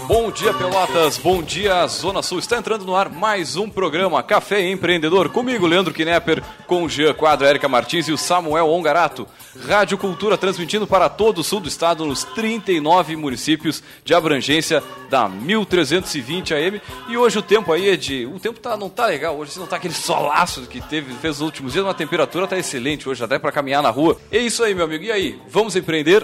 Bom dia, Pelotas, bom dia, Zona Sul. Está entrando no ar mais um programa Café Empreendedor. Comigo, Leandro Knepper, com o Jean Quadro, a Érica Martins e o Samuel Ongarato. Rádio Cultura transmitindo para todo o sul do estado, nos 39 municípios de abrangência da 1320 AM. E hoje o tempo aí é de... O tempo não tá legal hoje, não tá aquele solaço que fez nos últimos dias, mas a temperatura tá excelente hoje, até para caminhar na rua. É isso aí, meu amigo. E aí, vamos empreender?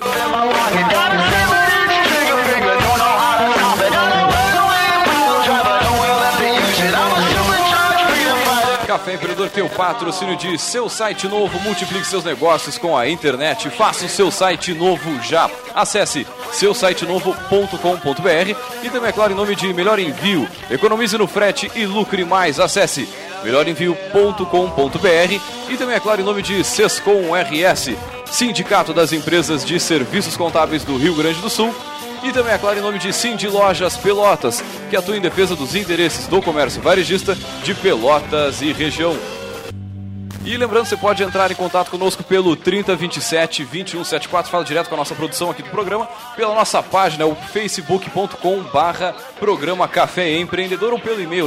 Café Empreendedor tem o patrocínio de Seu Site Novo. Multiplique seus negócios com a internet. Faça o seu site novo já. Acesse seusitenovo.com.br e também, é claro, em nome de Melhor Envio. Economize no frete e lucre mais. Acesse melhorenvio.com.br e também, é claro, em nome de Sescom RS, Sindicato das Empresas de Serviços Contábeis do Rio Grande do Sul. E também, é claro, em nome de Cindy Lojas Pelotas, que atua em defesa dos interesses do comércio varejista de Pelotas e região. E lembrando, você pode entrar em contato conosco pelo 3027-2174, fala direto com a nossa produção aqui do programa, pela nossa página, o facebook.com/programa Café Empreendedor, ou pelo e-mail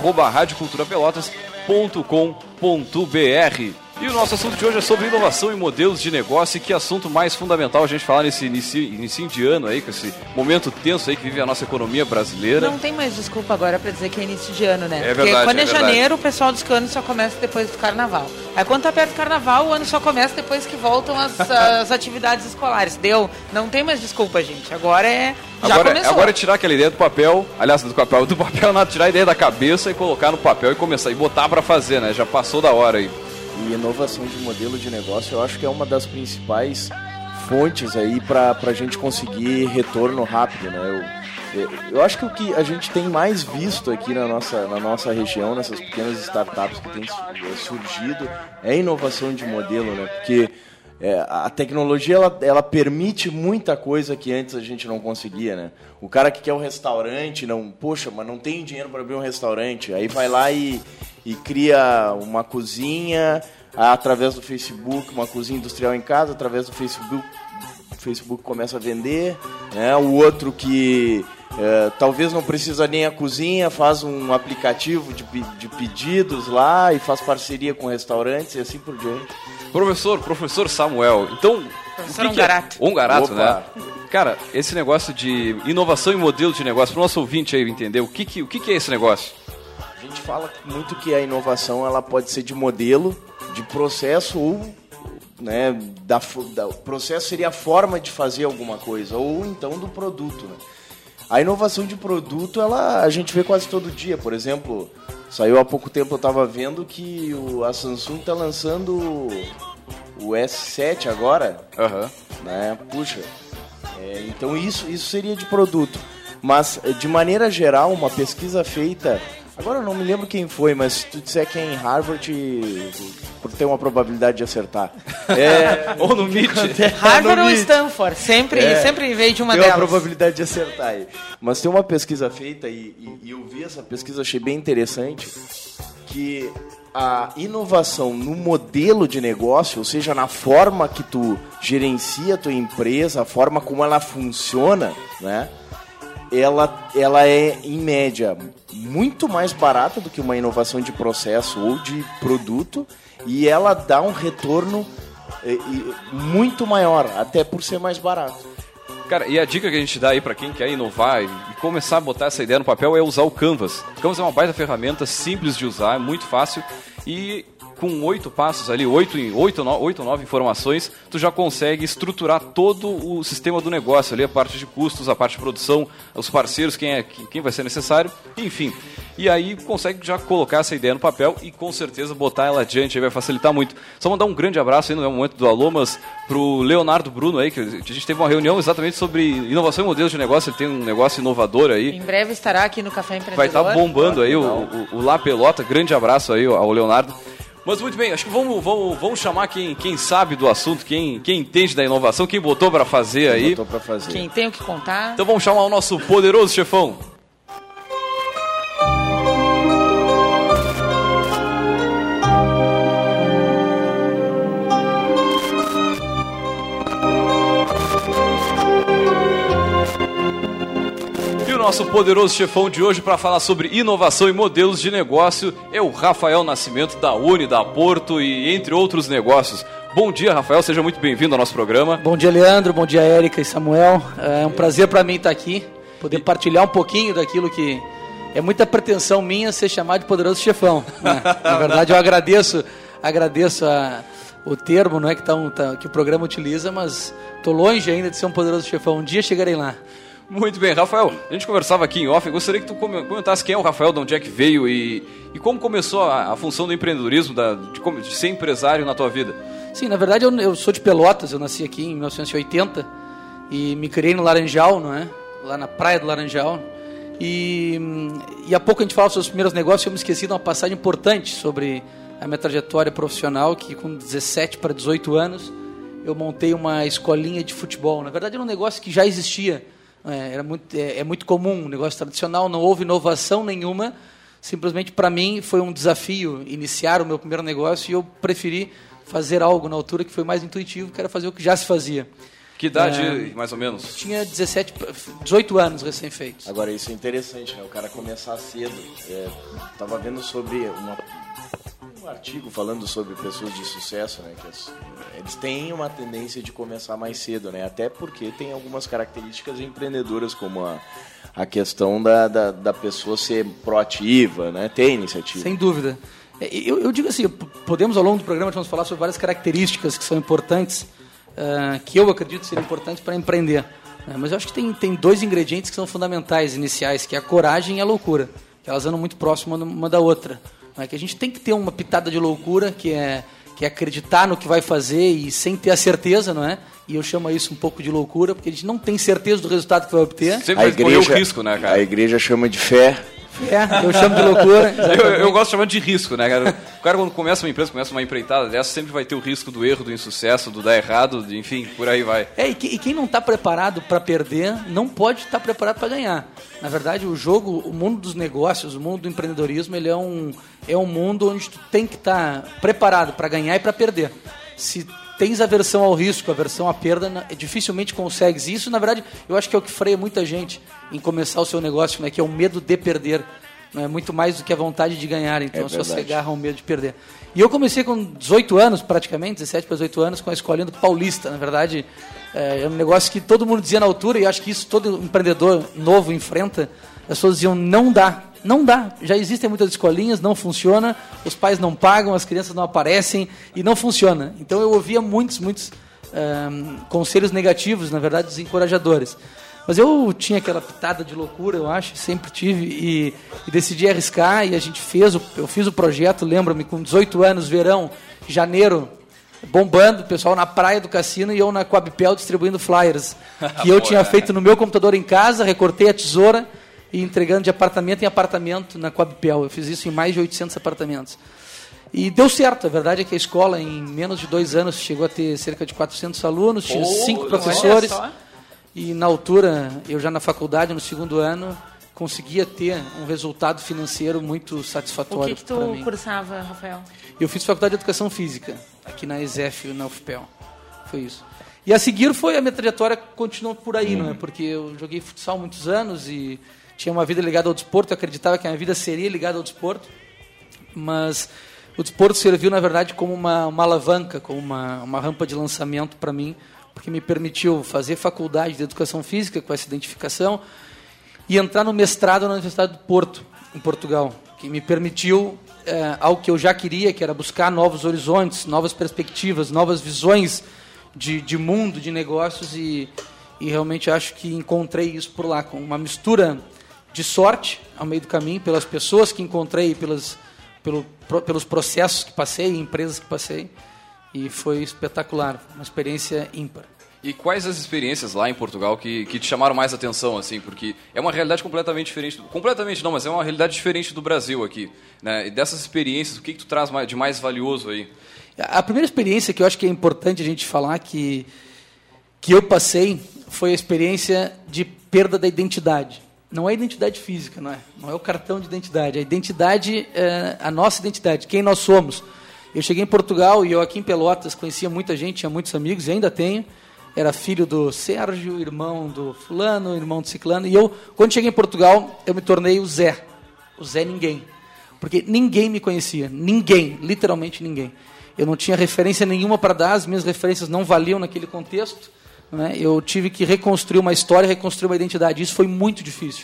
leandro@radioculturapelotas.com.br. E o nosso assunto de hoje é sobre inovação e modelos de negócio, e que assunto mais fundamental a gente falar nesse início de ano aí, com esse momento tenso aí que vive a nossa economia brasileira. Não tem mais desculpa agora pra dizer que é início de ano, né? É Porque verdade, quando é verdade. janeiro, o pessoal diz que o ano só começa depois do carnaval. Aí quando tá perto do carnaval, o ano só começa depois que voltam as atividades escolares. Deu? Não tem mais desculpa, gente. Agora começou. Agora é tirar aquela ideia do papel, aliás, do papel não, tirar a ideia da cabeça e colocar no papel e começar, e botar pra fazer, né? Já passou da hora aí. E inovação de modelo de negócio, eu acho que é uma das principais fontes aí para a gente conseguir retorno rápido, né? Eu acho que o que a gente tem mais visto aqui na nossa região, nessas pequenas startups que têm surgido, é a inovação de modelo, né? Porque a tecnologia ela permite muita coisa que antes a gente não conseguia, né? O cara que quer um restaurante, mas não tem dinheiro para abrir um restaurante, aí vai lá e cria uma cozinha através do Facebook, uma cozinha industrial em casa, através do Facebook começa a vender, né? O outro que talvez não precisa nem a cozinha, faz um aplicativo de pedidos lá e faz parceria com restaurantes e assim por diante. Professor Samuel, então... Professor Ongarato. Ongarato, né? Cara, esse negócio de inovação e modelo de negócio, para o nosso ouvinte aí entender, o que é esse negócio? A gente fala muito que a inovação ela pode ser de modelo, de processo ou, né, o processo seria a forma de fazer alguma coisa, ou então do produto, né? A inovação de produto a gente vê quase todo dia. Por exemplo, saiu há pouco tempo, eu estava vendo que a Samsung está lançando o S7 agora, né? Puxa, então isso seria de produto. Mas, de maneira geral, uma pesquisa feita... Agora eu não me lembro quem foi, mas se tu disser que é em Harvard, por ter uma probabilidade de acertar. Ou no MIT. Harvard ou Stanford, sempre veio de uma tem delas. Tem uma probabilidade de acertar aí. Mas tem uma pesquisa feita, e eu vi essa pesquisa, achei bem interessante, que a inovação no modelo de negócio, ou seja, na forma que tu gerencia a tua empresa, a forma como ela funciona, né? Ela é, em média, muito mais barata do que uma inovação de processo ou de produto, e ela dá um retorno muito maior, até por ser mais barato. Cara, e a dica que a gente dá aí para quem quer inovar e começar a botar essa ideia no papel é usar o Canvas. O Canvas é uma baita ferramenta, simples de usar, é muito fácil, e com 8 passos ali, 8 ou 9 informações, tu já consegue estruturar todo o sistema do negócio ali, a parte de custos, a parte de produção, os parceiros, quem vai ser necessário, enfim. E aí consegue já colocar essa ideia no papel e com certeza botar ela adiante, aí vai facilitar muito. Só mandar um grande abraço aí no momento do Alô, mas pro Leonardo Bruno aí, que a gente teve uma reunião exatamente sobre inovação e modelos de negócio, ele tem um negócio inovador aí. Em breve estará aqui no Café Empreendedor. Vai estar bombando aí o Lá Pelota, grande abraço aí ao Leonardo. Mas muito bem, acho que vamos chamar quem sabe do assunto, quem entende da inovação, quem botou pra fazer aí. Quem tem o que contar. Então vamos chamar o nosso poderoso chefão. nosso poderoso chefão de hoje para falar sobre inovação e modelos de negócio é o Rafael Nascimento, da Uni, da Porto e entre outros negócios. Bom dia, Rafael, seja muito bem-vindo ao nosso programa. Bom dia, Leandro, bom dia, Érica e Samuel. É um prazer para mim estar aqui, poder partilhar um pouquinho daquilo que é muita pretensão minha ser chamado de poderoso chefão, né? Na verdade, eu agradeço o termo, não é, que o programa utiliza, mas estou longe ainda de ser um poderoso chefão. Um dia chegarei lá. Muito bem, Rafael, a gente conversava aqui em off, eu gostaria que tu comentasse quem é o Rafael, de onde é que veio e como começou a função do empreendedorismo, de ser empresário na tua vida. Sim, na verdade eu sou de Pelotas, eu nasci aqui em 1980 e me criei no Laranjal, não é? Lá na praia do Laranjal. E há pouco a gente falava sobre os primeiros negócios, eu me esqueci de uma passagem importante sobre a minha trajetória profissional, que com 17 para 18 anos eu montei uma escolinha de futebol. Na verdade era um negócio que já existia. É muito comum, um negócio tradicional, não houve inovação nenhuma, simplesmente para mim foi um desafio iniciar o meu primeiro negócio e eu preferi fazer algo na altura que foi mais intuitivo, que era fazer o que já se fazia. Que idade, mais ou menos? Tinha 18 anos recém-feitos. Agora, isso é interessante, né? O cara começar cedo. Estava vendo sobre um artigo falando sobre pessoas de sucesso, né? Que eles têm uma tendência de começar mais cedo, né? Até porque tem algumas características empreendedoras, como a questão da pessoa ser proativa, né? Ter iniciativa. Sem dúvida. Eu digo assim, podemos ao longo do programa vamos falar sobre várias características que são importantes, que eu acredito serem importantes para empreender. Mas eu acho que tem dois ingredientes que são fundamentais, iniciais, que é a coragem e a loucura, que elas andam muito próximas uma da outra. Que a gente tem que ter uma pitada de loucura, que é acreditar no que vai fazer e sem ter a certeza, não é? E eu chamo isso um pouco de loucura, porque a gente não tem certeza do resultado que vai obter. Sempre vai correr o risco, né, cara? A igreja chama de fé. Eu chamo de loucura. Eu gosto de chamar de risco, né, cara? O cara, quando começa uma empresa, começa uma empreitada dessa, sempre vai ter o risco do erro, do insucesso, do dar errado, enfim, por aí vai. E quem não está preparado para perder, não pode estar preparado para ganhar. Na verdade, o mundo dos negócios, o mundo do empreendedorismo, ele é um mundo onde tu tem que estar preparado para ganhar e para perder. Se tens aversão ao risco, aversão à perda, dificilmente consegues. Isso, na verdade, eu acho que é o que freia muita gente em começar o seu negócio, né? Que é o medo de perder. Não é muito mais do que a vontade de ganhar. Então, as pessoas se agarram ao medo de perder. E eu comecei com 18 anos, praticamente, 17 para 18 anos, com a escolinha do Paulista. Na verdade, é um negócio que todo mundo dizia na altura, e acho que isso todo empreendedor novo enfrenta. As pessoas diziam, não dá. Não dá, já existem muitas escolinhas, não funciona, os pais não pagam, as crianças não aparecem e não funciona. Então eu ouvia muitos conselhos negativos, na verdade, desencorajadores. Mas eu tinha aquela pitada de loucura, eu acho, sempre tive, e decidi arriscar, e eu fiz o projeto, lembro-me, com 18 anos, verão, janeiro, bombando, o pessoal na praia do cassino e eu na Coabipel distribuindo flyers, que eu tinha feito no meu computador em casa, recortei a tesoura, e entregando de apartamento em apartamento na Coabipel. Eu fiz isso em mais de 800 apartamentos. E deu certo. A verdade é que a escola, em menos de 2 anos, chegou a ter cerca de 400 alunos, tinha 5 professores. E na altura, eu já na faculdade, no 2º ano, conseguia ter um resultado financeiro muito satisfatório. O que tu cursava, Rafael? Eu fiz faculdade de Educação Física, aqui na ESEF, na UFPEL. Foi isso. E a seguir a minha trajetória continuou por aí, não é? Porque eu joguei futsal muitos anos e tinha uma vida ligada ao desporto, eu acreditava que a minha vida seria ligada ao desporto, mas o desporto serviu, na verdade, como uma alavanca, como uma rampa de lançamento para mim, porque me permitiu fazer faculdade de Educação Física com essa identificação e entrar no mestrado na Universidade do Porto, em Portugal, que me permitiu algo que eu já queria, que era buscar novos horizontes, novas perspectivas, novas visões de mundo, de negócios, e realmente acho que encontrei isso por lá, com uma mistura de sorte ao meio do caminho, pelas pessoas que encontrei, pelos processos que passei, empresas que passei, e foi espetacular, uma experiência ímpar. E quais as experiências lá em Portugal que te chamaram mais atenção, assim, porque é uma realidade completamente diferente, completamente não, mas é uma realidade diferente do Brasil aqui, né? E dessas experiências, o que tu traz de mais valioso aí? A primeira experiência que eu acho que é importante a gente falar que eu passei foi a experiência de perda da identidade. Não é a identidade física, não é o cartão de identidade. A identidade é a nossa identidade, quem nós somos. Eu cheguei em Portugal e eu aqui em Pelotas conhecia muita gente, tinha muitos amigos e ainda tenho. era filho do Sérgio, irmão do fulano, irmão do ciclano. E eu, quando cheguei em Portugal, eu me tornei o Zé Ninguém. Porque ninguém me conhecia, ninguém, literalmente ninguém. Eu não tinha referência nenhuma para dar, as minhas referências não valiam naquele contexto. Né? Eu tive que reconstruir uma história, reconstruir uma identidade. Isso foi muito difícil.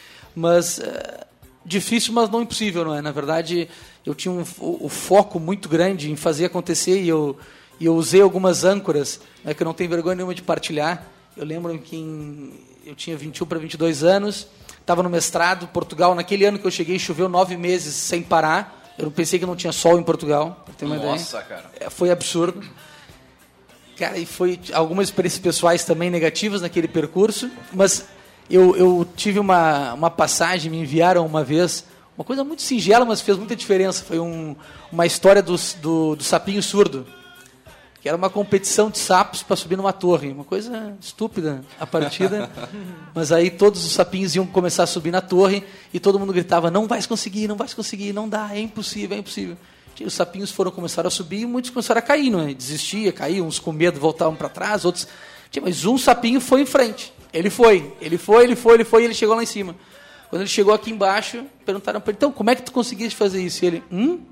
Difícil, mas não impossível, não é? Na verdade, eu tinha o foco muito grande em fazer acontecer e eu usei algumas âncoras, né, que eu não tenho vergonha nenhuma de partilhar. Eu lembro que eu tinha 21 para 22 anos, estava no mestrado, Portugal. Naquele ano que eu cheguei, choveu 9 meses sem parar. Eu pensei que não tinha sol em Portugal, para ter uma ideia. Nossa, cara. Foi absurdo. Cara, e foi algumas experiências pessoais também negativas naquele percurso, mas eu tive uma passagem, me enviaram uma vez, uma coisa muito singela, mas fez muita diferença. Foi uma história do sapinho surdo, que era uma competição de sapos para subir numa torre. Uma coisa estúpida a partida, mas aí todos os sapinhos iam começar a subir na torre e todo mundo gritava: não vais conseguir, não dá, é impossível, é impossível. Os sapinhos começaram a subir e muitos começaram a cair, não é? Desistia, caíam, uns com medo voltavam para trás, outros... Mas um sapinho foi em frente. Ele foi, e ele chegou lá em cima. Quando ele chegou aqui embaixo, perguntaram para ele: então, como é que tu conseguiste fazer isso? E ele: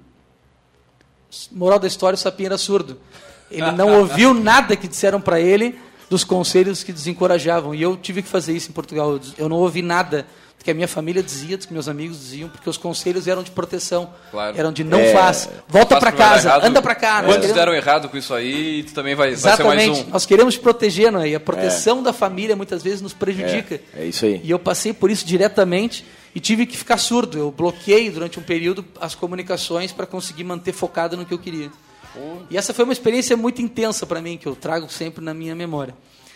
moral da história, o sapinho era surdo. Ele não ouviu nada que disseram para ele dos conselhos que desencorajavam. E eu tive que fazer isso em Portugal. Eu não ouvi nada do que a minha família dizia, do que meus amigos diziam, porque os conselhos eram de proteção. Claro. Eram de não faz, volta para casa, anda para cá. Quantos deram errado com isso aí, tu também vai ser mais um. Nós queremos proteger, não é? E a proteção da família muitas vezes nos prejudica. É isso aí. E eu passei por isso diretamente e tive que ficar surdo. Eu bloqueei durante um período as comunicações para conseguir manter focado no que eu queria. E essa foi uma experiência muito intensa para mim, que eu trago sempre na minha memória.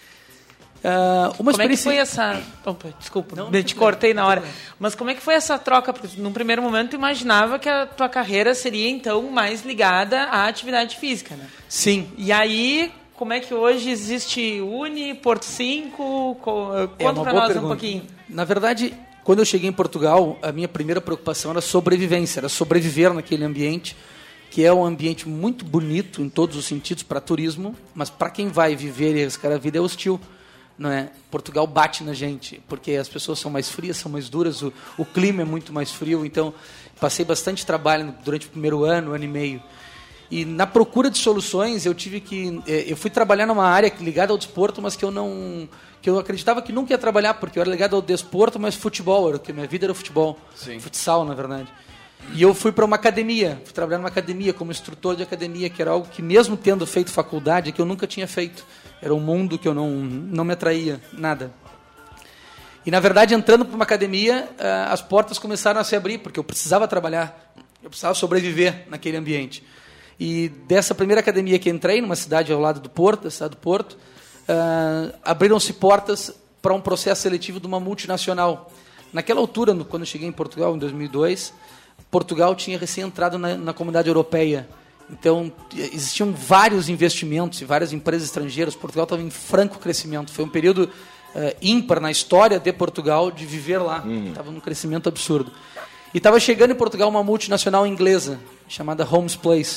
Como é que foi essa... Opa, desculpa, te cortei na hora. Mas como é que foi essa troca? Porque num primeiro momento tu imaginava que a tua carreira seria então mais ligada à atividade física, né? Sim. E aí, como é que hoje existe Uni, Porto 5? Conta para nós um pouquinho. Na verdade, quando eu cheguei em Portugal, a minha primeira preocupação era sobrevivência, era sobreviver naquele ambiente, que é um ambiente muito bonito em todos os sentidos para turismo, mas para quem vai viver e arriscar a vida é hostil. Não é? Portugal bate na gente, porque as pessoas são mais frias, são mais duras, o clima é muito mais frio, então passei bastante trabalho durante o primeiro ano e meio. E na procura de soluções, eu fui trabalhar numa área ligada ao desporto, mas que eu acreditava que nunca ia trabalhar, porque eu era ligado ao desporto, mas futebol, minha vida era futebol. Sim. Futsal, na verdade. E eu fui para uma academia, fui trabalhar numa academia como instrutor de academia, que era algo que mesmo tendo feito faculdade, que eu nunca tinha feito. Era um mundo que eu não me atraía, nada. E, na verdade, entrando para uma academia, as portas começaram a se abrir, porque eu precisava trabalhar, eu precisava sobreviver naquele ambiente. E dessa primeira academia que entrei, numa cidade ao lado do Porto, da cidade do Porto, abriram-se portas para um processo seletivo de uma multinacional. Naquela altura, quando eu cheguei em Portugal, em 2002, Portugal tinha recém entrado na Comunidade Europeia. Então, existiam vários investimentos e várias empresas estrangeiras. Portugal estava em franco crescimento. Foi um período ímpar na história de Portugal de viver lá. Estava num crescimento absurdo. E estava chegando em Portugal uma multinacional inglesa, chamada Homes Place.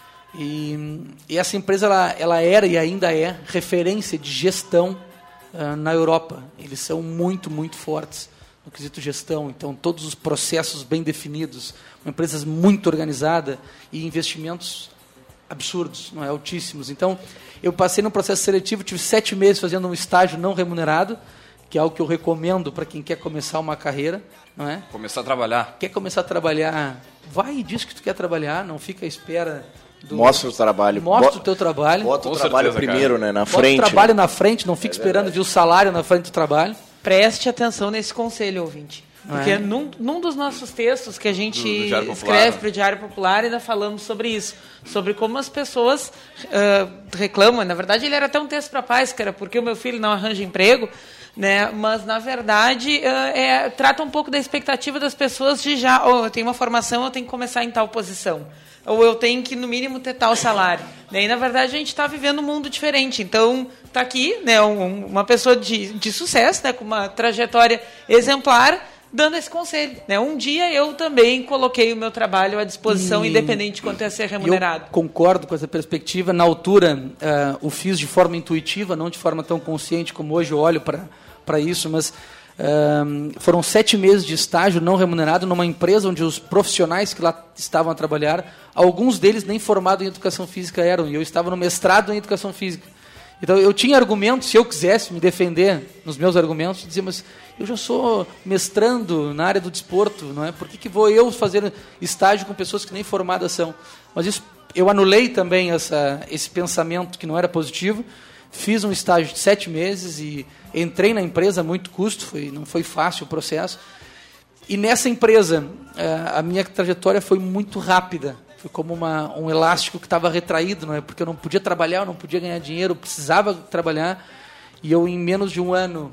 E essa empresa ela era e ainda é referência de gestão na Europa. Eles são muito, muito fortes no quesito gestão, então todos os processos bem definidos, uma empresa muito organizada e investimentos absurdos, não é, altíssimos. Então, eu passei num processo seletivo, tive 7 meses fazendo um estágio não remunerado, que é algo que eu recomendo para quem quer começar uma carreira, não é? Começar a trabalhar. Quer começar a trabalhar, vai e diz que tu quer trabalhar, não fica à espera Mostra o trabalho. Mostra o teu trabalho. Bota o trabalho primeiro, né, na frente. Bota o trabalho na frente, não fica esperando vir o salário na frente do trabalho. Preste atenção nesse conselho, ouvinte. Porque num dos nossos textos que a gente escreve para o Diário Popular, ainda falamos sobre isso. Sobre como as pessoas reclamam. Na verdade, ele era até um texto para pais, que era porque o meu filho não arranja emprego. Né? Mas, na verdade, trata um pouco da expectativa das pessoas de eu tenho uma formação, eu tenho que começar em tal posição. Ou eu tenho que, no mínimo, ter tal salário. Né? E, na verdade, a gente está vivendo um mundo diferente. Então, está aqui, né, uma pessoa de sucesso, né, com uma trajetória exemplar, dando esse conselho, né? Um dia eu também coloquei o meu trabalho à disposição, independente de quanto ia ser remunerado. Eu concordo com essa perspectiva. Na altura, o fiz de forma intuitiva, não de forma tão consciente como hoje eu olho para isso, mas foram 7 meses de estágio não remunerado numa empresa onde os profissionais que lá estavam a trabalhar, alguns deles nem formados em educação física eram, e eu estava no mestrado em educação física. Então, eu tinha argumentos, se eu quisesse me defender nos meus argumentos, dizia, mas eu já sou mestrando na área do desporto, não é? Por que vou eu fazer estágio com pessoas que nem formadas são? Mas isso, eu anulei também esse pensamento que não era positivo, fiz um estágio de 7 meses e entrei na empresa a muito custo, não foi fácil o processo. E nessa empresa, a minha trajetória foi muito rápida. Foi como um elástico que estava retraído, não é? Porque eu não podia trabalhar, eu não podia ganhar dinheiro, eu precisava trabalhar. E eu, em menos de um ano,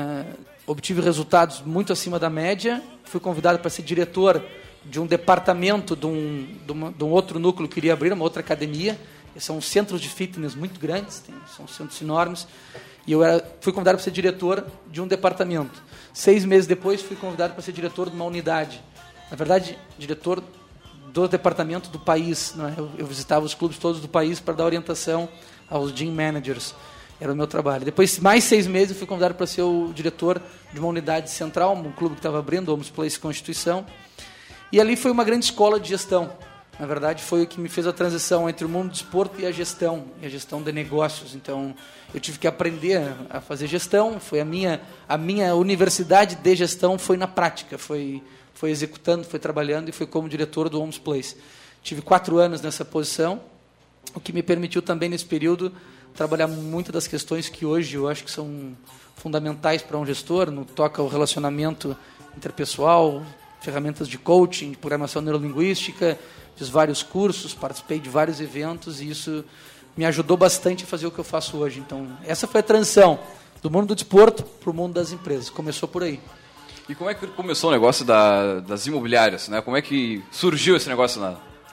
obtive resultados muito acima da média. Fui convidado para ser diretor de um departamento de um outro núcleo que iria abrir, uma outra academia. São centros de fitness muito grandes, são centros enormes. E eu fui convidado para ser diretor de um departamento. 6 meses depois, fui convidado para ser diretor de uma unidade. Na verdade, diretor do departamento do país, não é? Eu visitava os clubes todos do país para dar orientação aos gym managers. Era o meu trabalho. Depois, mais 6 meses, eu fui convidado para ser o diretor de uma unidade central, um clube que estava abrindo, o Homes Place Constituição. E ali foi uma grande escola de gestão. Na verdade, foi o que me fez a transição entre o mundo do esporte e a gestão de negócios. Então, eu tive que aprender a fazer gestão. Foi a minha universidade de gestão foi na prática, foi executando, foi trabalhando e foi como diretor do Homes Place. Tive 4 anos nessa posição, o que me permitiu também, nesse período, trabalhar muitas das questões que hoje eu acho que são fundamentais para um gestor, no toca ao relacionamento interpessoal, ferramentas de coaching, de programação neurolinguística, fiz vários cursos, participei de vários eventos e isso me ajudou bastante a fazer o que eu faço hoje. Então, essa foi a transição do mundo do desporto para o mundo das empresas. Começou por aí. E como é que começou o negócio das imobiliárias, né? Como é que surgiu esse negócio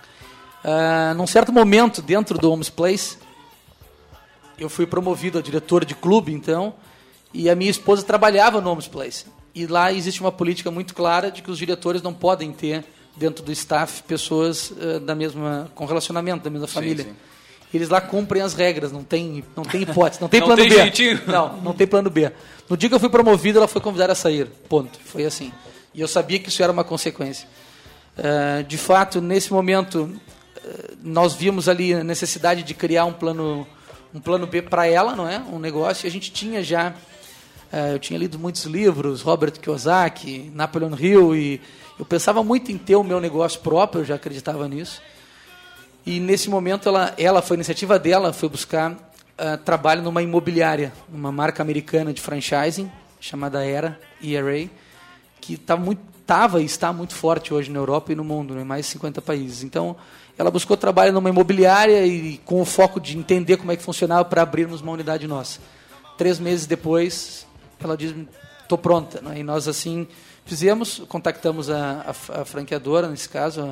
num certo momento, dentro do Homes Place, eu fui promovido a diretor de clube, então, e a minha esposa trabalhava no Homes Place. E lá existe uma política muito clara de que os diretores não podem ter, dentro do staff, pessoas com relacionamento, da mesma família. Sim. Eles lá cumprem as regras, não tem hipótese, não tem plano B. Jeitinho. Não tem plano B. No dia que eu fui promovido, ela foi convidada a sair. Ponto. Foi assim. E eu sabia que isso era uma consequência. De fato, nesse momento, nós vimos ali a necessidade de criar um plano B para ela, não é? Um negócio. E a gente tinha já... eu tinha lido muitos livros, Robert Kiyosaki, Napoleon Hill, e eu pensava muito em ter o meu negócio próprio, eu já acreditava nisso. E nesse momento, foi a iniciativa dela, foi buscar trabalho numa imobiliária, numa marca americana de franchising, chamada ERA, que estava e está muito forte hoje na Europa e no mundo, em mais de 50 países. Então, ela buscou trabalho numa imobiliária e com o foco de entender como é que funcionava para abrirmos uma unidade nossa. 3 meses depois, ela diz, estou pronta. Né? E nós assim fizemos, contactamos a franqueadora, nesse caso,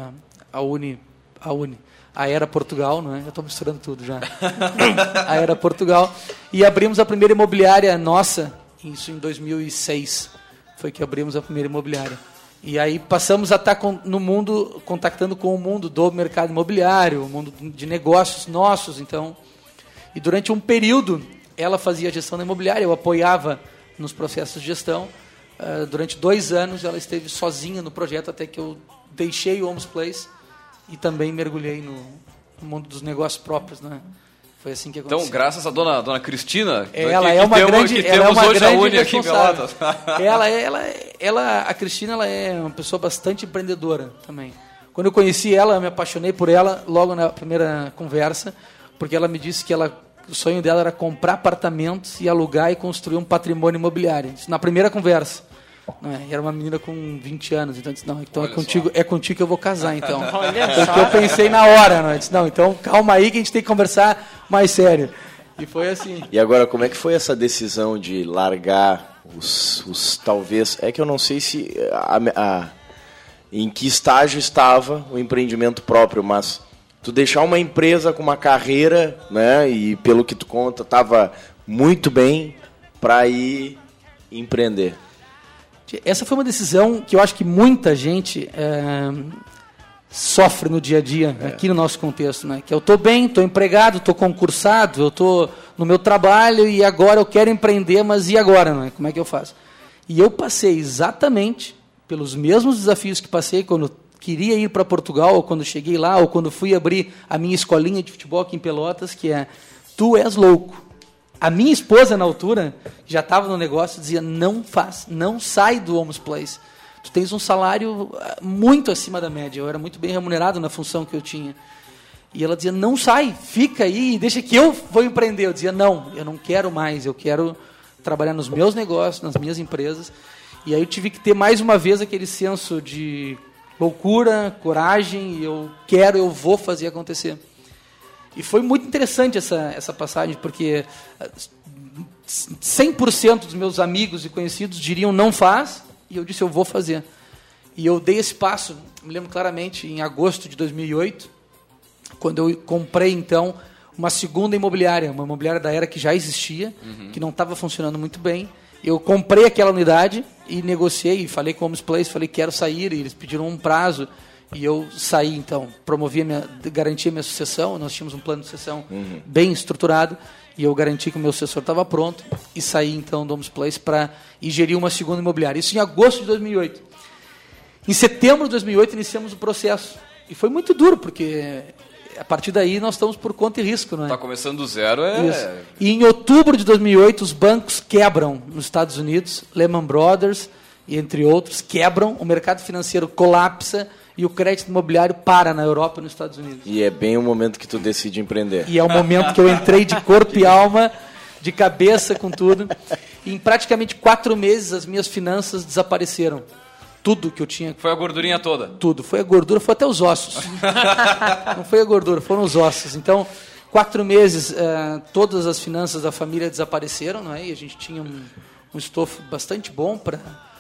a ERA Portugal, não é? Já estou misturando tudo já. A ERA Portugal. E abrimos a primeira imobiliária nossa, isso em 2006. Foi que abrimos a primeira imobiliária. E aí passamos a estar no mundo, contactando com o mundo do mercado imobiliário, o mundo de negócios nossos. Então, e durante um período, ela fazia a gestão da imobiliária, eu apoiava nos processos de gestão. Durante 2 anos, ela esteve sozinha no projeto, até que eu deixei o Homes Place e também mergulhei no mundo dos negócios próprios, né? Foi assim que aconteceu. Então, graças à dona Cristina, ela é uma grande responsável. A Cristina, ela é uma pessoa bastante empreendedora também. Quando eu conheci ela, eu me apaixonei por ela logo na primeira conversa, porque ela me disse que o sonho dela era comprar apartamentos e alugar e construir um patrimônio imobiliário. Isso na primeira conversa. Não é? Era uma menina com 20 anos, então eu disse, não, então é contigo que eu vou casar, então. Porque eu pensei na hora, não é? Eu disse, não, então calma aí que a gente tem que conversar mais sério. E foi assim. E agora, como é que foi essa decisão de largar os talvez... É que eu não sei se em que estágio estava o empreendimento próprio, mas tu deixar uma empresa com uma carreira, né, e pelo que tu conta, estava muito bem para ir empreender. Essa foi uma decisão que eu acho que muita gente sofre no dia a dia, aqui no nosso contexto, né? Que eu estou bem, estou empregado, estou concursado, eu estou no meu trabalho e agora eu quero empreender, mas e agora? Né? Como é que eu faço? E eu passei exatamente pelos mesmos desafios que passei quando queria ir para Portugal, ou quando cheguei lá, ou quando fui abrir a minha escolinha de futebol aqui em Pelotas, que é, tu és louco. A minha esposa, na altura, já estava no negócio, dizia, não faz, não sai do Homes Place. Tu tens um salário muito acima da média. Eu era muito bem remunerado na função que eu tinha. E ela dizia, não sai, fica aí, deixa que eu vou empreender. Eu dizia, não, eu não quero mais, eu quero trabalhar nos meus negócios, nas minhas empresas. E aí eu tive que ter mais uma vez aquele senso de loucura, coragem, eu vou fazer acontecer. E foi muito interessante essa passagem, porque 100% dos meus amigos e conhecidos diriam não faz, e eu disse eu vou fazer. E eu dei esse passo, me lembro claramente, em agosto de 2008, quando eu comprei então uma segunda imobiliária, uma imobiliária da Era que já existia, que não estava funcionando muito bem. Eu comprei aquela unidade e negociei, falei com o Homes Place, falei quero sair, e eles pediram um prazo. E eu saí, então, garanti a minha sucessão, nós tínhamos um plano de sucessão bem estruturado, e eu garanti que o meu sucessor estava pronto, e saí, então, do Homes Place para gerir uma segunda imobiliária. Isso em agosto de 2008. Em setembro de 2008, iniciamos o processo. E foi muito duro, porque a partir daí nós estamos por conta e risco. Não é? Está começando do zero. Isso. E em outubro de 2008, os bancos quebram nos Estados Unidos, Lehman Brothers, e entre outros, quebram, o mercado financeiro colapsa, e o crédito imobiliário para na Europa e nos Estados Unidos. E é bem o momento que tu decide empreender. E é o momento que eu entrei de corpo e alma, de cabeça com tudo. E em praticamente 4 meses as minhas finanças desapareceram. Tudo que eu tinha. Foi a gordurinha toda? Tudo. Foi a gordura, foi até os ossos. Não foi a gordura, foram os ossos. Então, 4 meses, todas as finanças da família desapareceram, não é? E a gente tinha um estofo bastante bom para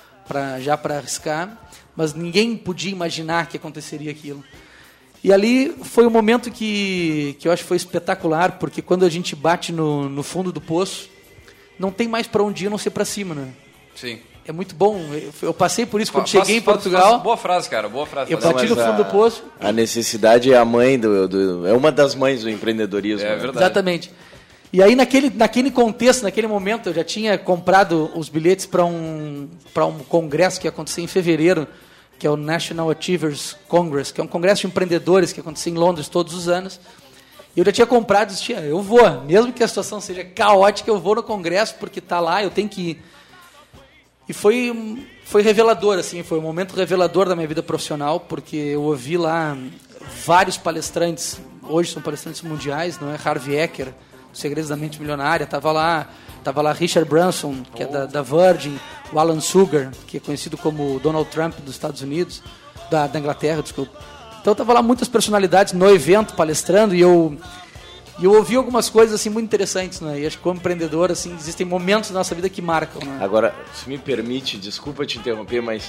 arriscar, mas ninguém podia imaginar que aconteceria aquilo. E ali foi um momento que eu acho que foi espetacular, porque quando a gente bate no fundo do poço, não tem mais para onde ir, a não ser para cima, né? Sim. É muito bom. Eu passei por isso quando cheguei em Portugal. Boa frase, cara. Boa frase. Eu bati no fundo do poço. A necessidade é a mãe é uma das mães do empreendedorismo. É verdade. Exatamente. E aí, naquele contexto, naquele momento, eu já tinha comprado os bilhetes para um congresso que ia acontecer em fevereiro, que é o National Achievers Congress, que é um congresso de empreendedores que acontecia em Londres todos os anos. E eu já tinha comprado e disse, eu vou, mesmo que a situação seja caótica, eu vou no congresso, porque está lá, eu tenho que ir. E foi revelador, assim, foi um momento revelador da minha vida profissional, porque eu ouvi lá vários palestrantes, hoje são palestrantes mundiais, não é? Harvey Eker, Segredos da Mente Milionária, estava lá Richard Branson, que é da Virgin, o Alan Sugar, que é conhecido como Donald Trump dos Estados Unidos, da Inglaterra, desculpa. Então estava lá muitas personalidades no evento palestrando e eu ouvi algumas coisas assim muito interessantes, né? E acho que como empreendedor assim, existem momentos da nossa vida que marcam, né? Agora, se me permite, desculpa te interromper, mas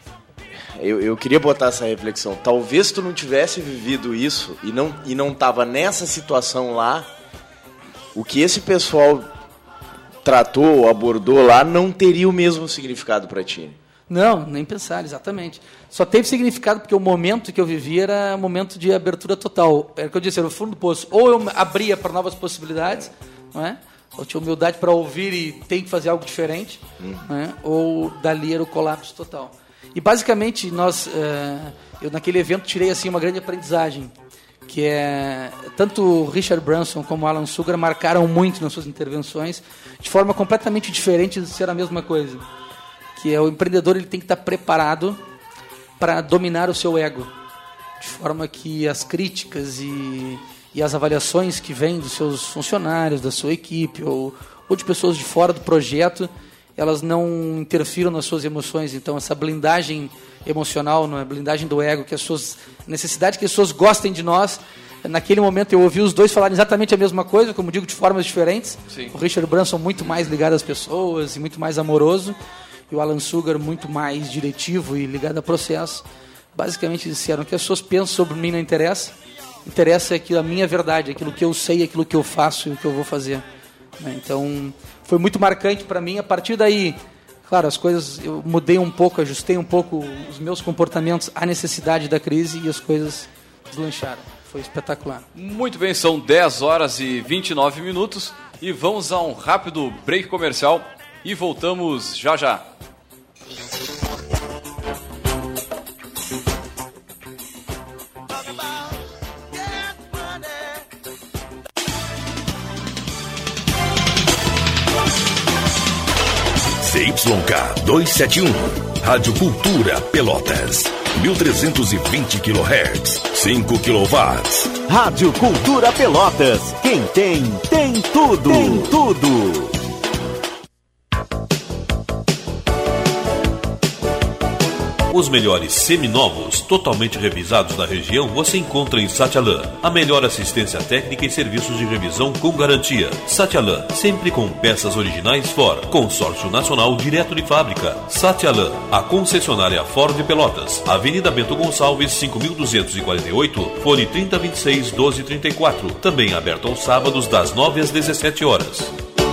eu queria botar essa reflexão. Talvez tu não tivesse vivido isso e não estava nessa situação lá, o que esse pessoal tratou, abordou lá, não teria o mesmo significado para ti. Não, nem pensar, exatamente. Só teve significado porque o momento que eu vivi era um momento de abertura total. Era o que eu disse, era o fundo do poço. Ou eu abria para novas possibilidades, não é? Eu tinha humildade para ouvir e tem que fazer algo diferente, não é? Ou dali era o colapso total. E basicamente eu naquele evento tirei assim uma grande aprendizagem, que é tanto o Richard Branson como o Alan Sugar marcaram muito nas suas intervenções de forma completamente diferente de ser a mesma coisa, que é o empreendedor, ele tem que estar preparado para dominar o seu ego, de forma que as críticas e as avaliações que vêm dos seus funcionários, da sua equipe ou de pessoas de fora do projeto, elas não interfiram nas suas emoções. Então essa blindagem emocional, não é? Blindagem do ego, que as suas necessidades, que as pessoas gostem de nós. Naquele momento eu ouvi os dois falarem exatamente a mesma coisa, como digo, de formas diferentes. Sim. O Richard Branson muito mais ligado às pessoas e muito mais amoroso, e o Alan Sugar muito mais diretivo e ligado a processo. Basicamente disseram que as pessoas pensam sobre mim não interessa. Interessa aquilo, a minha verdade, aquilo que eu sei, aquilo que eu faço e o que eu vou fazer. Então foi muito marcante para mim. A partir daí Claro, as coisas, eu mudei um pouco, ajustei um pouco os meus comportamentos à necessidade da crise e as coisas deslancharam. Foi espetacular. Muito bem, são 10 horas e 29 minutos e vamos a um rápido break comercial e voltamos já já. CYK 271, Rádio Cultura Pelotas, 1320 kHz, 5 kW. Rádio Cultura Pelotas, quem tem tudo. Tem tudo. Os melhores seminovos, totalmente revisados na região, você encontra em Satialan. A melhor assistência técnica e serviços de revisão com garantia. Satialan, sempre com peças originais Ford. Consórcio Nacional direto de fábrica. Satialan, a concessionária Ford de Pelotas. Avenida Bento Gonçalves, 5248, fone 3026-1234. Também aberto aos sábados das 9 às 17 horas.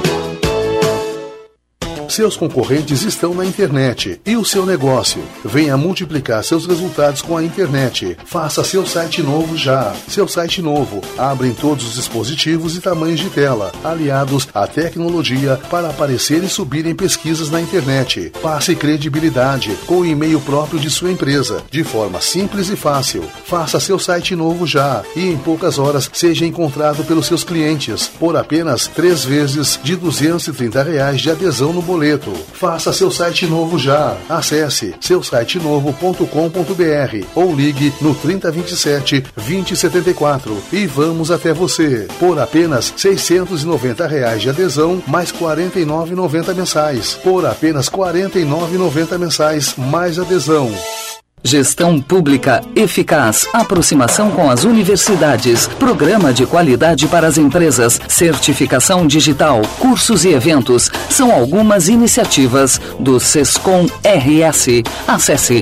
Seus concorrentes estão na internet e o seu negócio. Venha multiplicar seus resultados com a internet. Faça seu site novo já. Seu site novo. Abre em todos os dispositivos e tamanhos de tela, aliados à tecnologia para aparecer e subir em pesquisas na internet. Passe credibilidade com o e-mail próprio de sua empresa, de forma simples e fácil. Faça seu site novo já e em poucas horas seja encontrado pelos seus clientes por apenas 3 vezes de R$230 de adesão no boleto. Faça seu site novo já. Acesse seusitenovo.com.br ou ligue no 3027-2074 e vamos até você. Por apenas R$690 de adesão, mais R$49,90 mensais. Por apenas R$49,90 mensais, mais adesão. Gestão pública eficaz, aproximação com as universidades, programa de qualidade para as empresas, certificação digital, cursos e eventos, são algumas iniciativas do Sescom RS. Acesse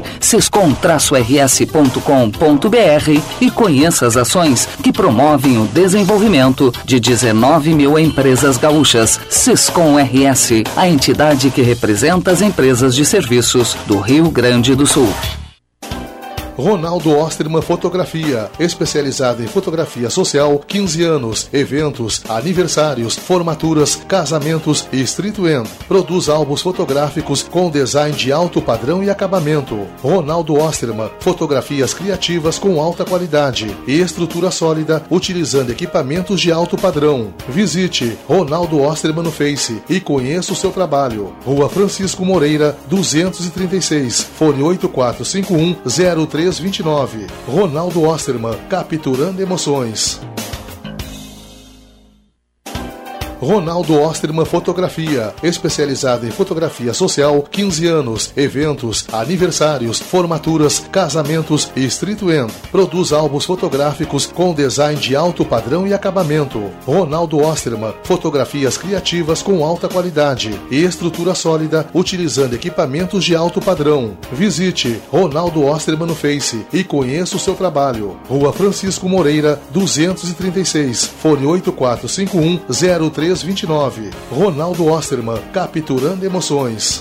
sescom-rs.com.br e conheça as ações que promovem o desenvolvimento de 19 mil empresas gaúchas. Sescom RS, a entidade que representa as empresas de serviços do Rio Grande do Sul. Ronaldo Osterman Fotografia, especializada em fotografia social, 15 anos, eventos, aniversários, formaturas, casamentos e streetwear. Produz álbuns fotográficos com design de alto padrão e acabamento. Ronaldo Osterman, fotografias criativas com alta qualidade e estrutura sólida, utilizando equipamentos de alto padrão. Visite Ronaldo Osterman no Face e conheça o seu trabalho. Rua Francisco Moreira, 236, fone 8451-0329. Ronaldo Osterman, capturando emoções. Ronaldo Osterman Fotografia, especializada em fotografia social, 15 anos, eventos, aniversários, formaturas, casamentos e streetwear. Produz álbuns fotográficos com design de alto padrão e acabamento. Ronaldo Osterman, fotografias criativas com alta qualidade e estrutura sólida, utilizando equipamentos de alto padrão. Visite Ronaldo Osterman no Face e conheça o seu trabalho. Rua Francisco Moreira, 236, fone 8451-0329. Ronaldo Osterman, capturando emoções.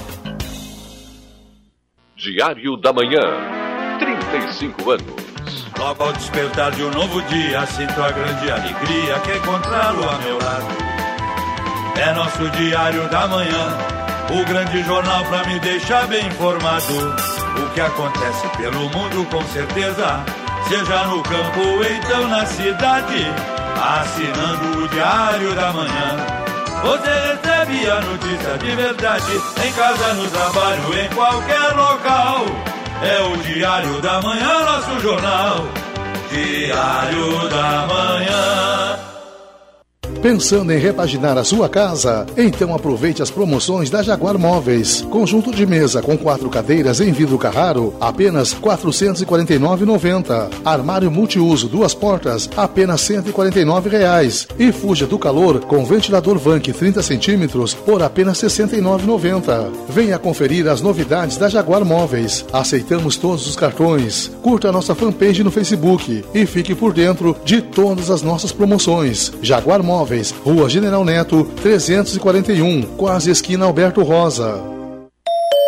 Diário da Manhã, 35 anos. Logo ao despertar de um novo dia, sinto a grande alegria que encontrá-lo a meu lado. É nosso Diário da Manhã, o grande jornal pra me deixar bem informado. O que acontece pelo mundo com certeza, seja no campo ou então na cidade. Assinando o Diário da Manhã, você recebe a notícia de verdade, em casa, no trabalho, em qualquer local. É o Diário da Manhã, nosso jornal. Diário da Manhã. Pensando em repaginar a sua casa? Então aproveite as promoções da Jaguar Móveis. Conjunto de mesa com 4 cadeiras em vidro Carraro, apenas R$ 449,90. Armário multiuso 2 portas, apenas R$ 149,00. E fuja do calor com ventilador Vank 30 centímetros por apenas R$ 69,90. Venha conferir as novidades da Jaguar Móveis. Aceitamos todos os cartões. Curta a nossa fanpage no Facebook e fique por dentro de todas as nossas promoções. Jaguar Móveis, Rua General Neto, 341, quase esquina Alberto Rosa.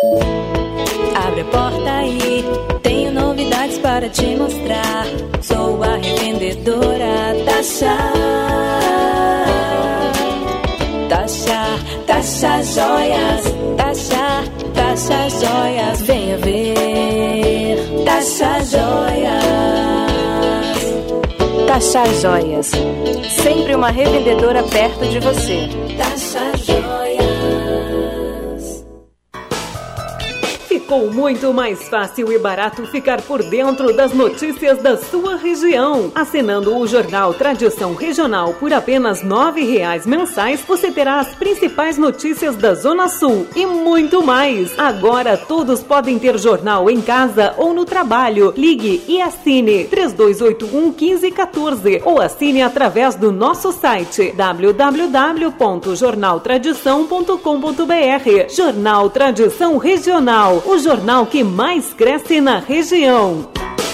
Abre a porta aí, tenho novidades para te mostrar. Sou a revendedora Tasha. Tasha Joias, Tasha Joias, venha ver. Tasha Joias. Tasha Joias, sempre uma revendedora perto de você. Tasha Joias. Ficou muito mais fácil e barato ficar por dentro das notícias da sua região. Assinando o Jornal Tradição Regional por apenas R$ 9,00 mensais, você terá as principais notícias da Zona Sul e muito mais. Agora todos podem ter jornal em casa ou no trabalho. Ligue e assine 3281-1514 ou assine através do nosso site www.jornaltradição.com.br. Jornal Tradição Regional, o jornal que mais cresce na região.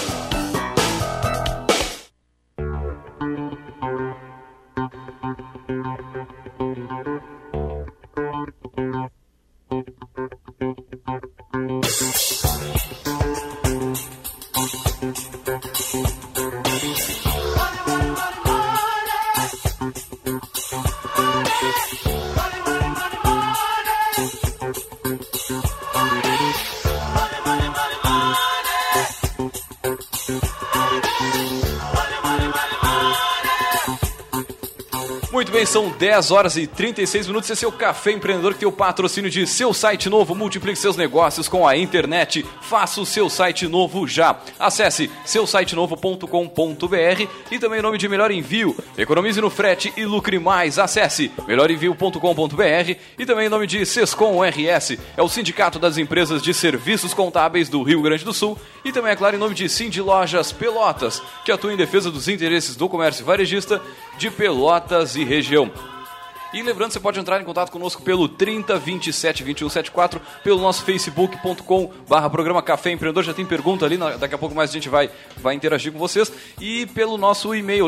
Muito bem, são 10 horas e 36 minutos. Esse é o Café Empreendedor, que tem o patrocínio de Seu Site Novo. Multiplique seus negócios com a internet. Faça o seu site novo já. Acesse seusitenovo.com.br e também em nome de Melhor Envio. Economize no frete e lucre mais. Acesse melhorenvio.com.br e também em nome de Sescom RS. É o Sindicato das Empresas de Serviços Contábeis do Rio Grande do Sul. E também, é claro, em nome de Cindy Lojas Pelotas, que atua em defesa dos interesses do comércio varejista de Pelotas e região. E lembrando, você pode entrar em contato conosco pelo 30 27 21 74, pelo nosso facebook.com/programa Café Empreendedor. Já tem pergunta ali, daqui a pouco mais a gente vai interagir com vocês. E pelo nosso e-mail,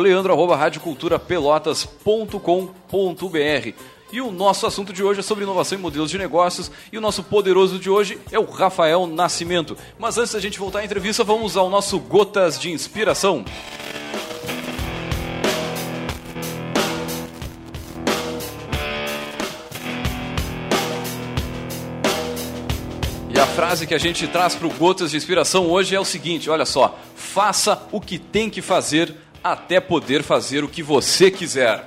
leandro@radioculturapelotas.com.br. E o nosso assunto de hoje é sobre inovação e modelos de negócios. E o nosso poderoso de hoje é o Rafael Nascimento. Mas antes da gente voltar à entrevista, vamos ao nosso Gotas de Inspiração. E a frase que a gente traz para o Gotas de Inspiração hoje é o seguinte, olha só: faça o que tem que fazer até poder fazer o que você quiser.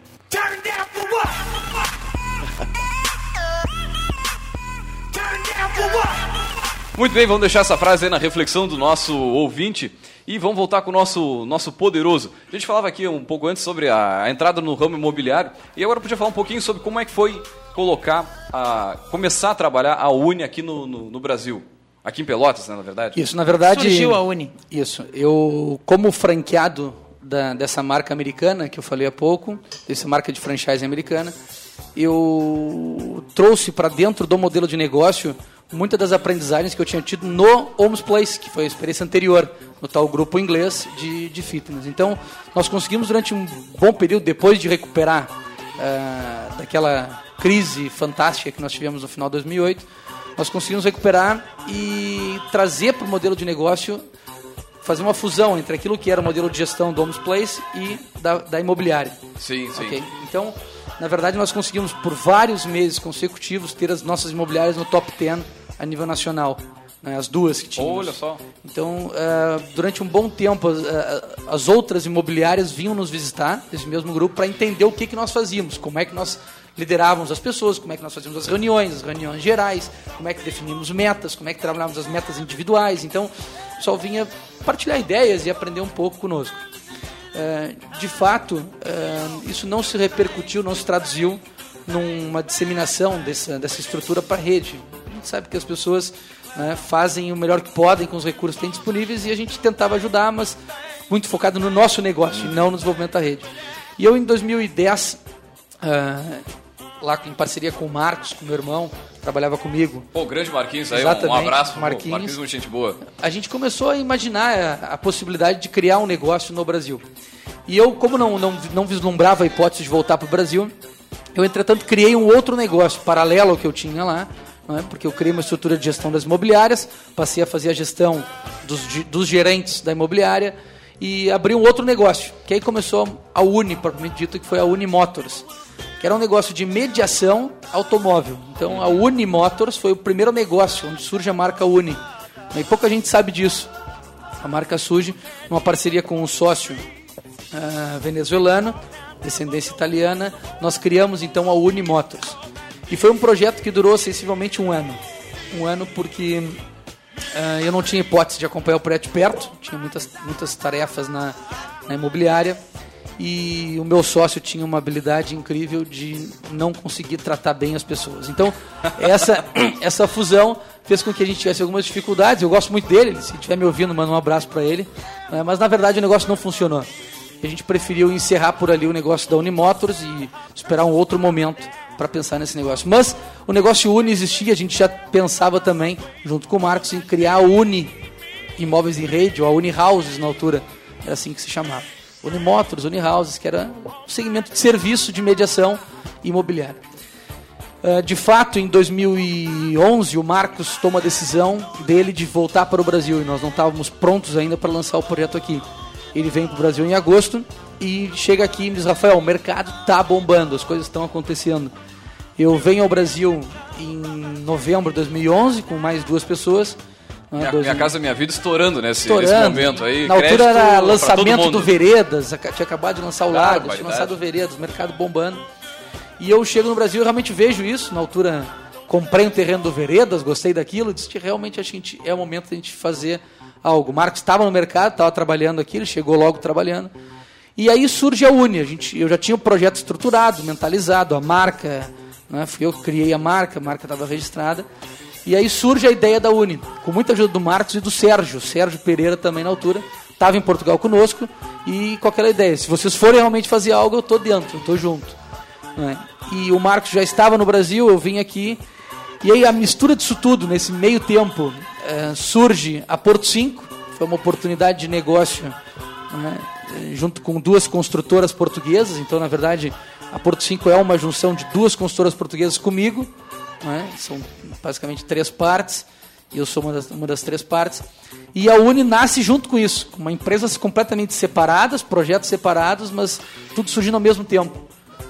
Muito bem, vamos deixar essa frase aí na reflexão do nosso ouvinte e vamos voltar com o nosso poderoso. A gente falava aqui um pouco antes sobre a entrada no ramo imobiliário e agora podia falar um pouquinho sobre como é que foi começar a trabalhar a Uni aqui no Brasil. Aqui em Pelotas, né, na verdade? Isso, na verdade... Surgiu a Uni. Isso. Eu, como franqueado dessa marca americana, que eu falei há pouco, dessa marca de franchise americana, eu trouxe para dentro do modelo de negócio muitas das aprendizagens que eu tinha tido no Homes Place, que foi a experiência anterior, no tal grupo inglês de fitness. Então, nós conseguimos durante um bom período, depois de recuperar daquela crise fantástica que nós tivemos no final de 2008, nós conseguimos recuperar e trazer para o modelo de negócio, fazer uma fusão entre aquilo que era o modelo de gestão do Homes Place e da imobiliária. Sim, sim. Okay? Então, na verdade, nós conseguimos por vários meses consecutivos ter as nossas imobiliárias no top 10 a nível nacional, né? As duas que tínhamos. Olha só. Então, durante um bom tempo, as outras imobiliárias vinham nos visitar, esse mesmo grupo, para entender o que nós fazíamos, como é que nós liderávamos as pessoas, como é que nós fazíamos as reuniões gerais, como é que definimos metas, como é que trabalhávamos as metas individuais. Então, o pessoal vinha partilhar ideias e aprender um pouco conosco. De fato, isso não se repercutiu, não se traduziu numa disseminação dessa estrutura para a rede. A gente sabe que as pessoas, né, fazem o melhor que podem com os recursos que têm disponíveis e a gente tentava ajudar, mas muito focado no nosso negócio e não no desenvolvimento da rede. E eu, em 2010, lá em parceria com o Marcos, com meu irmão, trabalhava comigo. Pô, grande Marquinhos aí, exatamente, um abraço. Marquinhos. Marquinhos, muito gente boa. A gente começou a imaginar a possibilidade de criar um negócio no Brasil. E eu, como não vislumbrava a hipótese de voltar para o Brasil, eu, entretanto, criei um outro negócio paralelo ao que eu tinha lá, não é? Porque eu criei uma estrutura de gestão das imobiliárias, passei a fazer a gestão dos gerentes da imobiliária e abri um outro negócio, que aí começou a Uni, propriamente dito, que foi a Uni Motors, que era um negócio de mediação automóvel. Então a Uni Motors foi o primeiro negócio onde surge a marca Uni. E pouca gente sabe disso. A marca surge numa parceria com um sócio venezuelano, descendência italiana. Nós criamos então a Uni Motors. E foi um projeto que durou sensivelmente um ano. Um ano porque eu não tinha hipótese de acompanhar o projeto de perto, tinha muitas tarefas na imobiliária, e o meu sócio tinha uma habilidade incrível de não conseguir tratar bem as pessoas. Então, essa fusão fez com que a gente tivesse algumas dificuldades. Eu gosto muito dele, se estiver me ouvindo, manda um abraço para ele. Mas, na verdade, o negócio não funcionou. A gente preferiu encerrar por ali o negócio da Unimotors e esperar um outro momento para pensar nesse negócio. Mas o negócio Uni existia, a gente já pensava também, junto com o Marcos, em criar a Uni Imóveis em Rede, ou a Uni Houses na altura, era assim que se chamava. Unimotors, Uni Houses, que era um segmento de serviço de mediação imobiliária. De fato, em 2011, o Marcos toma a decisão dele de voltar para o Brasil, e nós não estávamos prontos ainda para lançar o projeto aqui. Ele vem para o Brasil em agosto e chega aqui e me diz: Rafael, o mercado está bombando, as coisas estão acontecendo. Eu venho ao Brasil em novembro de 2011 com mais 2 pessoas. Minha Casa Minha Vida estourando nesse momento aí. Na altura era lançamento do Veredas, tinha acabado de lançar o Lago, tinha lançado o Veredas, o mercado bombando. E eu chego no Brasil e realmente vejo isso. Na altura comprei um terreno do Veredas, gostei daquilo, disse que realmente é o momento de a gente fazer algo. O Marcos estava no mercado, estava trabalhando aqui, ele chegou logo trabalhando. E aí surge a Uni. Eu já tinha o projeto estruturado, mentalizado, a marca, né? Fui eu que criei a marca estava registrada. E aí surge a ideia da Uni, com muita ajuda do Marcos e do Sérgio Pereira também na altura, estava em Portugal conosco, e com aquela ideia: se vocês forem realmente fazer algo, eu estou dentro, eu estou junto. Né? E o Marcos já estava no Brasil, eu vim aqui, e aí a mistura disso tudo, nesse meio tempo, surge a Porto 5, foi uma oportunidade de negócio, né? Junto com 2 construtoras portuguesas. Então, na verdade, a Porto 5 é uma junção de 2 construtoras portuguesas comigo, né? São basicamente 3 partes, e eu sou uma das 3 partes. E a Uni nasce junto com isso, com uma empresas completamente separadas, projetos separados, mas tudo surgindo ao mesmo tempo.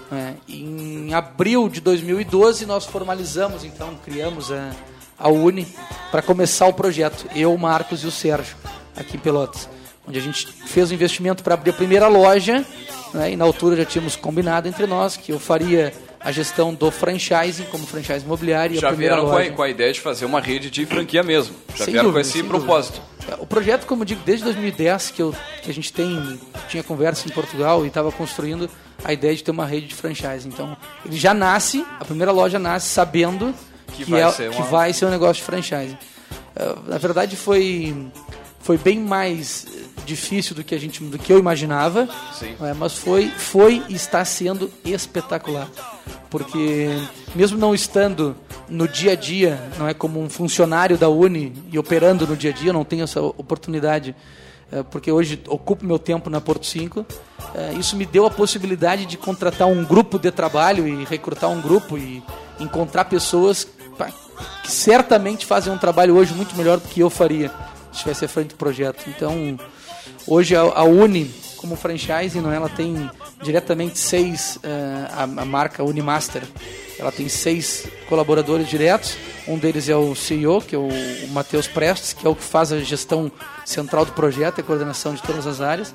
Em abril de 2012 nós formalizamos, então criamos a Uni para começar o projeto, eu, o Marcos e o Sérgio, aqui em Pelotas, onde a gente fez o investimento para abrir a primeira loja, né? E na altura já tínhamos combinado entre nós que eu faria a gestão do franchising como franchise imobiliário. Já vieram com a ideia de fazer uma rede de franquia mesmo, já vieram com esse propósito. O projeto, como eu digo, desde 2010 que a gente tinha conversa em Portugal e estava construindo a ideia de ter uma rede de franchise. Então, ele já nasce, a primeira loja nasce sabendo que vai ser um negócio de franchise. Na verdade, foi bem mais difícil do que eu imaginava, mas foi e está sendo espetacular. Porque, mesmo não estando no dia a dia, não é como um funcionário da Uni e operando no dia a dia, eu não tenho essa oportunidade, porque hoje ocupo meu tempo na Porto 5, isso me deu a possibilidade de contratar um grupo de trabalho e recrutar um grupo e encontrar pessoas que certamente fazem um trabalho hoje muito melhor do que eu faria se estivesse à frente do projeto. Então, hoje a Uni, como franchise, não, ela tem diretamente 6, a marca Unimaster, ela tem 6 colaboradores diretos. Um deles é o CEO, que é o Matheus Prestes, que é o que faz a gestão central do projeto e a coordenação de todas as áreas.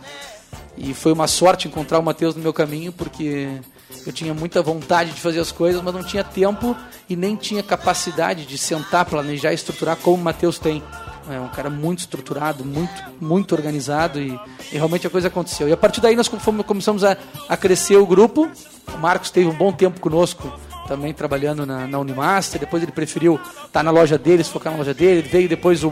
E foi uma sorte encontrar o Matheus no meu caminho, porque eu tinha muita vontade de fazer as coisas, mas não tinha tempo e nem tinha capacidade de sentar, planejar e estruturar como o Matheus tem. É um cara muito estruturado, muito organizado, e realmente a coisa aconteceu. E a partir daí nós começamos a crescer o grupo. O Marcos teve um bom tempo conosco, também trabalhando na Unimaster. Depois ele preferiu estar na loja dele, se focar na loja dele. Veio depois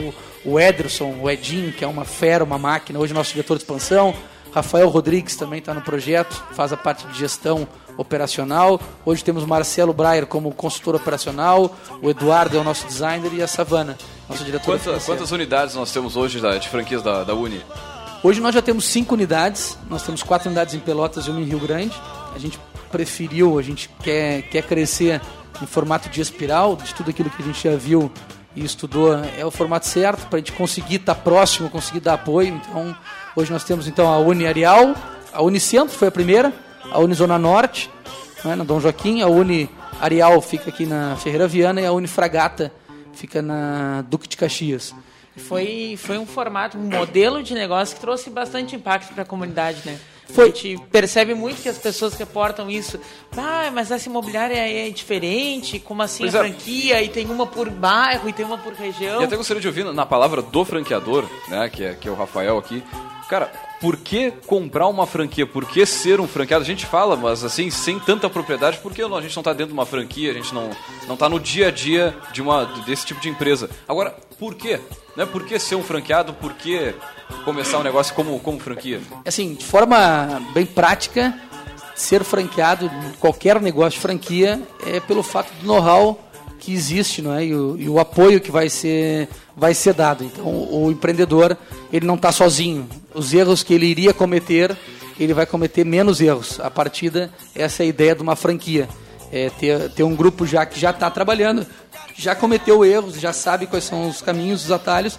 o Ederson, o Edinho, que é uma fera, uma máquina, hoje nosso diretor de expansão. Rafael Rodrigues também está no projeto, faz a parte de gestão operacional. Hoje temos o Marcelo Breyer como consultor operacional, o Eduardo é o nosso designer e a Savana, nosso diretor. Quantas unidades nós temos hoje de franquias da Uni? Hoje nós já temos 5 unidades, nós temos 4 unidades em Pelotas e uma em Rio Grande. A gente preferiu, a gente quer crescer em formato de espiral, de tudo aquilo que a gente já viu e estudou, é o formato certo para a gente conseguir estar próximo, conseguir dar apoio. Então, hoje nós temos então a Uni Areal, a Uni Centro foi a primeira, a Uni Zona Norte, né, na Dom Joaquim, a Uni Areal fica aqui na Ferreira Viana e a Uni Fragata fica na Duque de Caxias. Foi um formato, um modelo de negócio que trouxe bastante impacto para a comunidade, né? Foi. A gente percebe muito que as pessoas reportam isso. Mas essa imobiliária é diferente, como assim Pois a é. franquia, e tem uma por bairro, e tem uma por região. E até gostaria de ouvir na palavra do franqueador, né, que é o Rafael aqui. Cara, por que comprar uma franquia? Por que ser um franqueado? A gente fala, mas assim, sem tanta propriedade, porque a gente não está dentro de uma franquia, a gente não está no dia a dia desse tipo de empresa. Agora, por quê? Né? Por que ser um franqueado? Por que começar um negócio como franquia? Assim, de forma bem prática, ser franqueado, qualquer negócio de franquia, é pelo fato do know-how que existe, não é? E o apoio que vai ser dado. Então, o empreendedor, ele não está sozinho. Os erros que ele iria cometer, ele vai cometer menos erros. A partida, essa é a ideia de uma franquia. É ter um grupo que já está trabalhando, já cometeu erros, já sabe quais são os caminhos, os atalhos,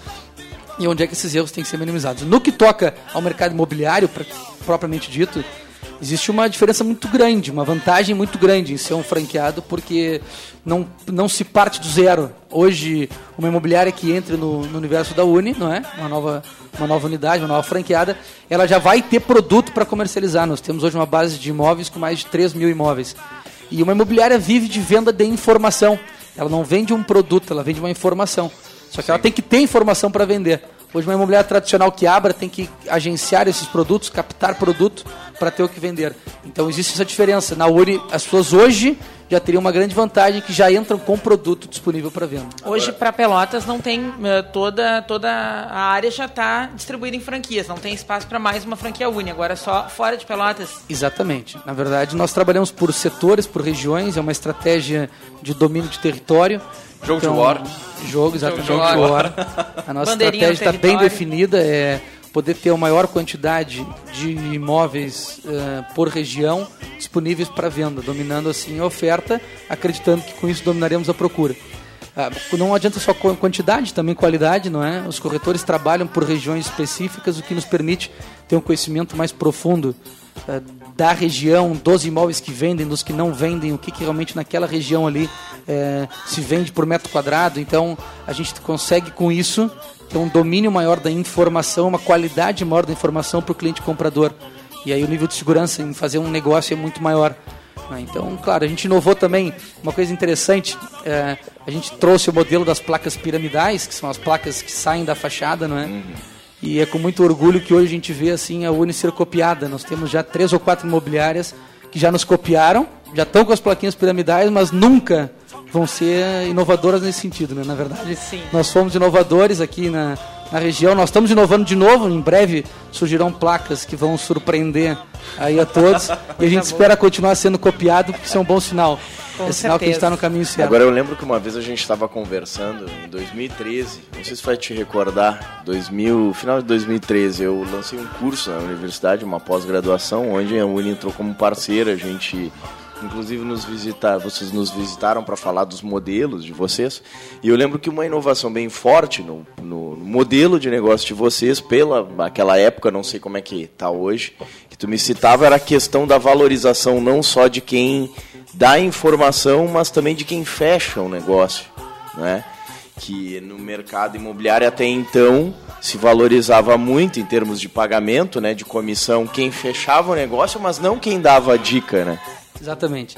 e onde é que esses erros têm que ser minimizados. No que toca ao mercado imobiliário, propriamente dito, existe uma diferença muito grande, uma vantagem muito grande em ser um franqueado, porque não se parte do zero. Hoje, uma imobiliária que entre no universo da Uni, não é? Uma nova unidade, uma nova franqueada, ela já vai ter produto para comercializar. Nós temos hoje uma base de imóveis com mais de 3 mil imóveis. E uma imobiliária vive de venda de informação. Ela não vende um produto, ela vende uma informação. Só que ela tem que ter informação para vender. Hoje, uma imobiliária tradicional que abra tem que agenciar esses produtos, captar produto para ter o que vender. Então, existe essa diferença. Na Uni, as pessoas hoje já teriam uma grande vantagem, que já entram com produto disponível para venda. Hoje, para Pelotas, não tem toda a área já está distribuída em franquias. Não tem espaço para mais uma franquia Uni. Agora, só fora de Pelotas. Exatamente. Na verdade, nós trabalhamos por setores, por regiões. É uma estratégia de domínio de território. Jogo de war. Exatamente. Jogo de war. A nossa estratégia está bem definida. É poder ter a maior quantidade de imóveis por região disponíveis para venda, dominando assim a oferta, acreditando que com isso dominaremos a procura. Não adianta só quantidade, também qualidade, não é? Os corretores trabalham por regiões específicas, o que nos permite ter um conhecimento mais profundo da região, dos imóveis que vendem, dos que não vendem, o que realmente naquela região ali se vende por metro quadrado. Então, a gente consegue com isso ter um domínio maior da informação, uma qualidade maior da informação para o cliente comprador. E aí o nível de segurança em fazer um negócio é muito maior. Então, claro, a gente inovou também uma coisa interessante. A gente trouxe o modelo das placas piramidais, que são as placas que saem da fachada, não é? E é com muito orgulho que hoje a gente vê assim a Uni ser copiada. Nós temos já 3 ou 4 imobiliárias que já nos copiaram, já estão com as plaquinhas piramidais, mas nunca vão ser inovadoras nesse sentido, né? Na verdade, sim, nós fomos inovadores aqui na região. Nós estamos inovando de novo. Em breve surgirão placas que vão surpreender aí a todos. E a gente espera continuar sendo copiado, porque isso é um bom sinal. É sinal que a gente está no caminho certo. Agora, eu lembro que uma vez a gente estava conversando em 2013, não sei se vai te recordar, final de 2013, eu lancei um curso na universidade, uma pós-graduação, onde a Uni entrou como parceira. A gente, inclusive, vocês nos visitaram para falar dos modelos de vocês. E eu lembro que uma inovação bem forte no modelo de negócio de vocês, aquela época, não sei como é que está hoje, que tu me citava, era a questão da valorização não só de quem dá informação, mas também de quem fecha o negócio, né? Que no mercado imobiliário até então se valorizava muito em termos de pagamento, né, de comissão, quem fechava o negócio, mas não quem dava a dica, né? Exatamente.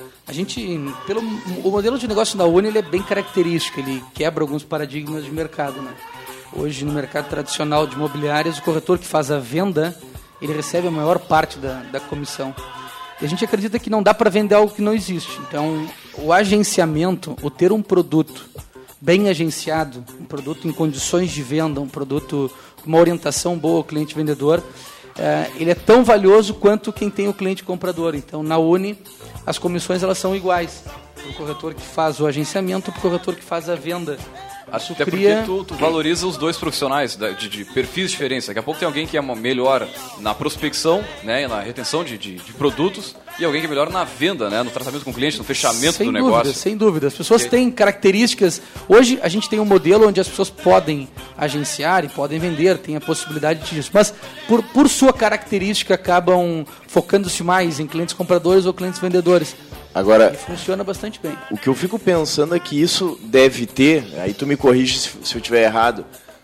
O modelo de negócio da Uni, ele é bem característico, ele quebra alguns paradigmas de mercado, né? Hoje, no mercado tradicional de imobiliárias, o corretor que faz a venda, ele recebe a maior parte da comissão. E a gente acredita que não dá para vender algo que não existe. Então, o agenciamento, o ter um produto bem agenciado, um produto em condições de venda, um produto com uma orientação boa ao cliente vendedor, ele é tão valioso quanto quem tem o cliente comprador. Então, na Uni, as comissões elas são iguais. O corretor que faz o agenciamento, o corretor que faz a venda Até porque tu valoriza os dois profissionais de perfis diferentes. Daqui a pouco tem alguém que é melhor na prospecção, né, na retenção de produtos, e alguém que é melhor na venda, né, no tratamento com o cliente, no fechamento do negócio. Sem dúvida. As pessoas têm características. Hoje a gente tem um modelo onde as pessoas podem agenciar e podem vender, tem a possibilidade disso. Mas por sua característica acabam focando-se mais em clientes compradores ou clientes vendedores. Agora, e funciona bastante bem. O que eu fico pensando é que isso deve ter, aí tu me corrige se eu estiver errado,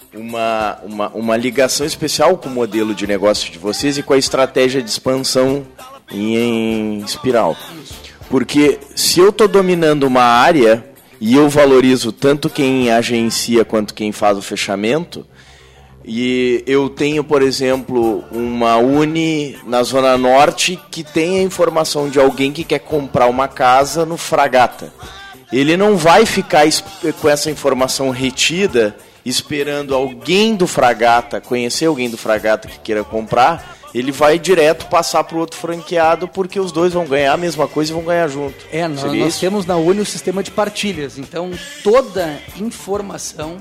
uma ligação especial com o modelo de negócio de vocês e com a estratégia de expansão em espiral. Porque se eu estou dominando uma área e eu valorizo tanto quem agencia quanto quem faz o fechamento, e eu tenho, por exemplo, uma Uni na Zona Norte que tem a informação de alguém que quer comprar uma casa no Fragata. Ele não vai ficar com essa informação retida, esperando alguém do Fragata, conhecer alguém do Fragata que queira comprar. Ele vai direto passar para o outro franqueado, porque os dois vão ganhar a mesma coisa e vão ganhar junto. Nós temos na Uni o sistema de partilhas. Então, toda informação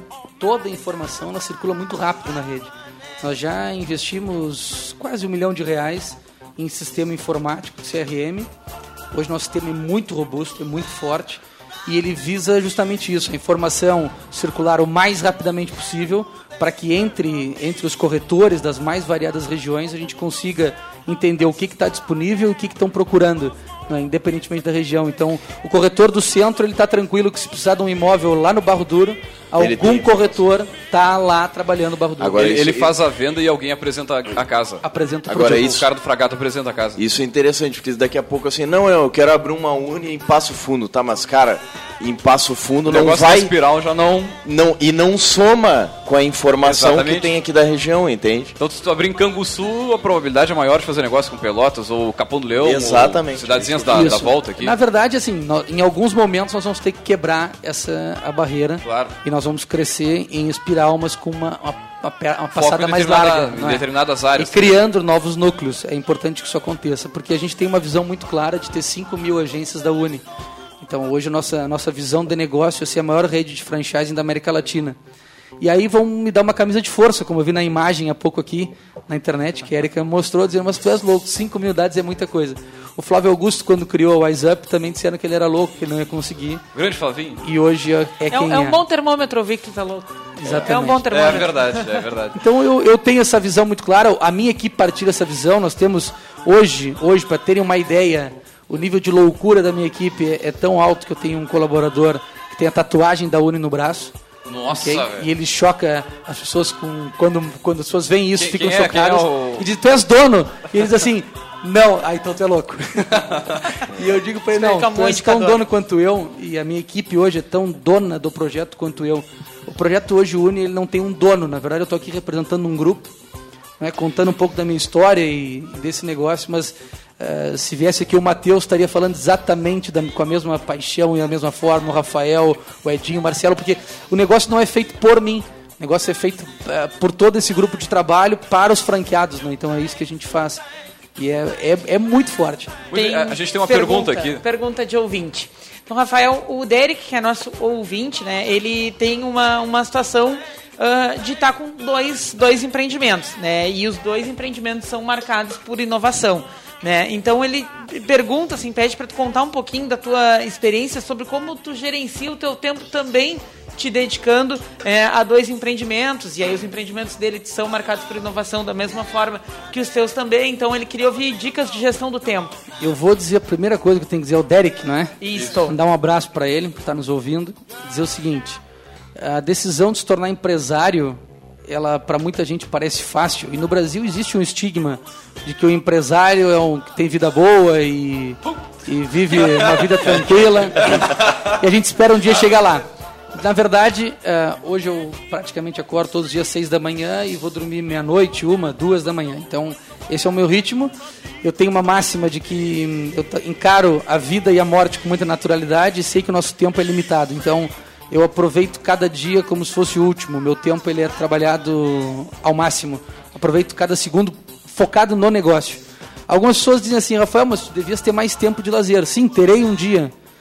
ela circula muito rápido na rede. Nós já investimos quase R$1 milhão em sistema informático, CRM. Hoje nosso sistema é muito robusto, é muito forte. E ele visa justamente isso, a informação circular o mais rapidamente possível, para que entre os corretores das mais variadas regiões a gente consiga entender o que está disponível e o que estão procurando, né, independentemente da região. Então, o corretor do centro está tranquilo que se precisar de um imóvel lá no Barro Duro, algum corretor está lá trabalhando no Barro Duro. Agora, ele faz a venda e alguém apresenta a casa. Apresenta o Agora, o cara do Fragata apresenta a casa. Isso é interessante, porque daqui a pouco assim, não, eu quero abrir uma Uni em Passo Fundo, tá? Mas, cara, em Passo Fundo não vai... espiral já não... E não soma com a informação que tem aqui da região, entende? Então, se tu abrir em Canguçu, a probabilidade é maior de fazer negócio com Pelotas ou Capão do Leão. Exatamente. Ou cidadezinhas da volta aqui. Na verdade, assim, em alguns momentos nós vamos ter que quebrar a barreira. Claro. E nós vamos crescer em espiral, mas com uma passada mais larga. Em determinadas áreas. E criando novos núcleos. É importante que isso aconteça, porque a gente tem uma visão muito clara de ter 5 mil agências da Uni. Então, hoje a nossa visão de negócio é ser a maior rede de franchising da América Latina. E aí vão me dar uma camisa de força, como eu vi na imagem há pouco aqui na internet, que a Erika mostrou, dizendo, mas tu és louco, 5 mil unidades é muita coisa. O Flávio Augusto, quando criou a Wise Up, também disseram que ele era louco, que ele não ia conseguir. Grande Flavinho. E hoje é quem é. É um bom termômetro ouvir que tu tá louco. Exatamente. É um bom termômetro. É verdade. Então eu tenho essa visão muito clara, a minha equipe partilha essa visão, nós temos hoje para terem uma ideia, o nível de loucura da minha equipe é tão alto que eu tenho um colaborador que tem a tatuagem da Uni no braço. Nossa, okay? E ele choca as pessoas quando as pessoas veem isso, ficam chocadas e dizem, tu és dono? E eles assim, não, então tu é louco. E eu digo para ele, não, tu és tão dono quanto eu, e a minha equipe hoje é tão dona do projeto quanto eu. O projeto hoje Uni, ele não tem um dono, na verdade eu estou aqui representando um grupo, né, contando um pouco da minha história e desse negócio, mas se viesse aqui o Matheus, estaria falando exatamente com a mesma paixão e a mesma forma, o Rafael, o Edinho, o Marcelo, porque o negócio não é feito por mim, o negócio é feito por todo esse grupo de trabalho para os franqueados, né? Então é isso que a gente faz. E é muito forte. A gente tem uma pergunta aqui. Pergunta de ouvinte. Então, Rafael, o Derek, que é nosso ouvinte, né, ele tem uma situação de estar com dois empreendimentos, né? E os dois empreendimentos são marcados por inovação. Né? Então ele pergunta, assim, pede para tu contar um pouquinho da tua experiência sobre como tu gerencia o teu tempo também te dedicando a dois empreendimentos, e aí os empreendimentos dele são marcados por inovação da mesma forma que os teus também, então ele queria ouvir dicas de gestão do tempo. Eu vou dizer, a primeira coisa que eu tenho que dizer ao Derek, não é? Isso. Mandar um abraço para ele, por estar nos ouvindo, dizer o seguinte, a decisão de se tornar empresário, ela para muita gente parece fácil, e no Brasil existe um estigma de que o empresário é que tem vida boa e vive uma vida tranquila e a gente espera um dia chegar lá. Na verdade, hoje eu praticamente acordo todos os dias 6 da manhã e vou dormir meia-noite, 1, 2 da manhã. Então, esse é o meu ritmo. Eu tenho uma máxima de que eu encaro a vida e a morte com muita naturalidade e sei que o nosso tempo é limitado. Então, eu aproveito cada dia como se fosse o último. Meu tempo ele é trabalhado ao máximo. Aproveito cada segundo focado no negócio. Algumas pessoas dizem assim, Rafael, mas tu devias ter mais tempo de lazer. Sim, terei um dia.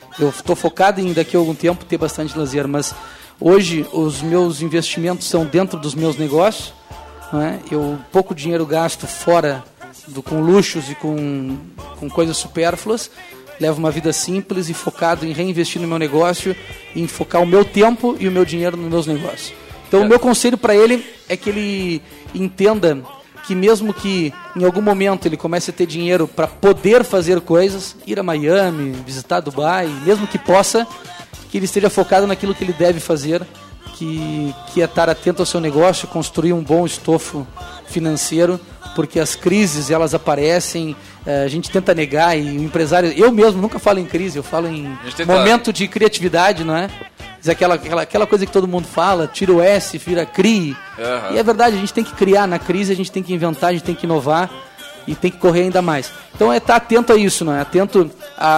Eu estou focado em, daqui a algum tempo, ter bastante lazer, mas hoje os meus investimentos são dentro dos meus negócios, não é? Eu pouco dinheiro gasto fora, com luxos e com coisas supérfluas, levo uma vida simples e focado em reinvestir no meu negócio, em focar o meu tempo e o meu dinheiro nos meus negócios. Então o meu conselho para ele é que ele entenda que mesmo que em algum momento ele comece a ter dinheiro para poder fazer coisas, ir a Miami, visitar Dubai, mesmo que possa, que ele esteja focado naquilo que ele deve fazer, que é estar atento ao seu negócio, construir um bom estofo financeiro, porque as crises elas aparecem, a gente tenta negar, e o empresário, eu mesmo nunca falo em crise, eu falo em momento de criatividade, não é? Aquela coisa que todo mundo fala, tira o S, vira CRI. E é verdade, a gente tem que criar na crise, a gente tem que inventar, a gente tem que inovar e tem que correr ainda mais. Então é estar atento a isso, não é? Atento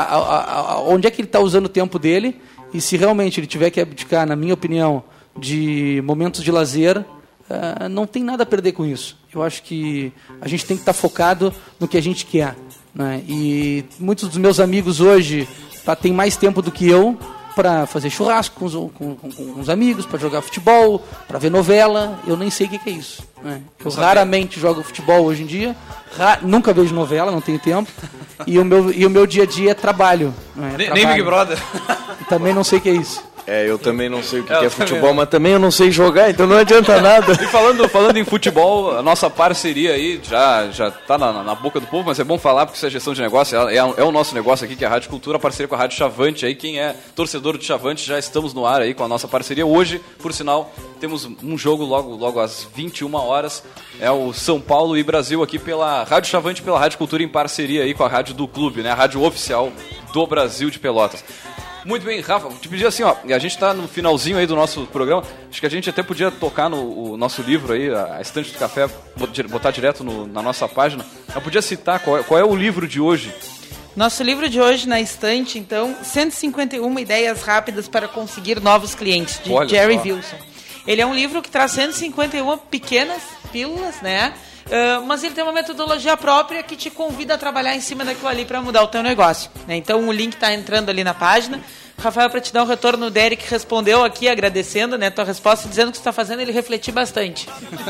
a onde é que ele está usando o tempo dele, e se realmente ele tiver que abdicar, na minha opinião, de momentos de lazer, não tem nada a perder com isso. Eu acho que a gente tem que estar focado no que a gente quer, né? E muitos dos meus amigos hoje têm mais tempo do que eu para fazer churrasco com os amigos, para jogar futebol, para ver novela. Eu nem sei o que é isso, né? Eu raramente jogo futebol hoje em dia, nunca vejo novela, não tenho tempo. E o meu dia a dia é trabalho, né? Nem Big Brother. Também não sei o que é isso. Eu também não sei o que é futebol, mas também eu não sei jogar, então não adianta nada. E falando em futebol, a nossa parceria aí já tá na boca do povo, mas é bom falar porque isso é gestão de negócio, é o nosso negócio aqui, que é a Rádio Cultura, parceria com a Rádio Chavante aí. Quem é torcedor do Chavante, já estamos no ar aí com a nossa parceria. Hoje, por sinal, temos um jogo logo às 21 horas, é o São Paulo e Brasil aqui pela Rádio Chavante, pela Rádio Cultura, em parceria aí com a rádio do clube, né? A rádio oficial do Brasil de Pelotas. Muito bem, Rafa, te pedir assim, ó, a gente está no finalzinho aí do nosso programa, acho que a gente até podia tocar no nosso livro aí, a Estante do Café, botar direto na nossa página. Eu podia citar qual é o livro de hoje? Nosso livro de hoje na estante, então, 151 ideias rápidas para conseguir novos clientes, de Jerry Wilson. Ele é um livro que traz 151 pequenas pílulas, né? Mas ele tem uma metodologia própria que te convida a trabalhar em cima daquilo ali para mudar o teu negócio, né? Então o link está entrando ali na página. Rafael, para te dar um retorno, o Derek respondeu aqui agradecendo, né, tua resposta, dizendo que você está fazendo ele refletir bastante.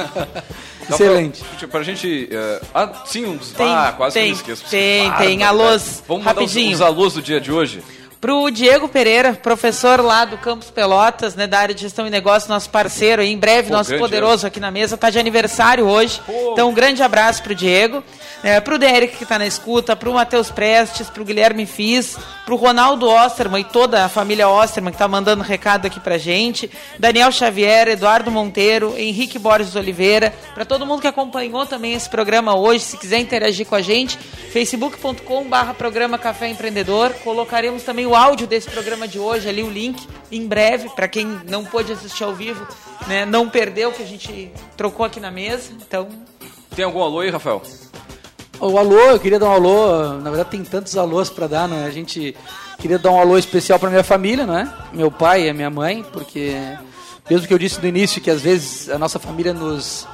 Excelente. Pra gente... sim, quase que eu me esqueço. Tem alôs. Vamos mandar os alôs do dia de hoje? Para o Diego Pereira, professor lá do Campus Pelotas, né, da área de gestão e negócio, nosso parceiro, e em breve nosso poderoso aqui na mesa, está de aniversário hoje. Então um grande abraço para o Diego, para o Derek que está na escuta, para o Matheus Prestes, para o Guilherme Fiz, para o Ronaldo Osterman e toda a família Osterman que está mandando recado aqui para gente, Daniel Xavier, Eduardo Monteiro, Henrique Borges Oliveira, para todo mundo que acompanhou também esse programa hoje. Se quiser interagir com a gente, facebook.com/programa Café Empreendedor, colocaremos também o áudio desse programa de hoje, ali o link, em breve, para quem não pôde assistir ao vivo, né, não perdeu o que a gente trocou aqui na mesa. Então, tem algum alô aí, Rafael? O alô, eu queria dar um alô, na verdade tem tantos alôs para dar, né? A gente queria dar um alô especial para minha família, não é? Meu pai e a minha mãe, porque mesmo que eu disse no início que às vezes a nossa família nos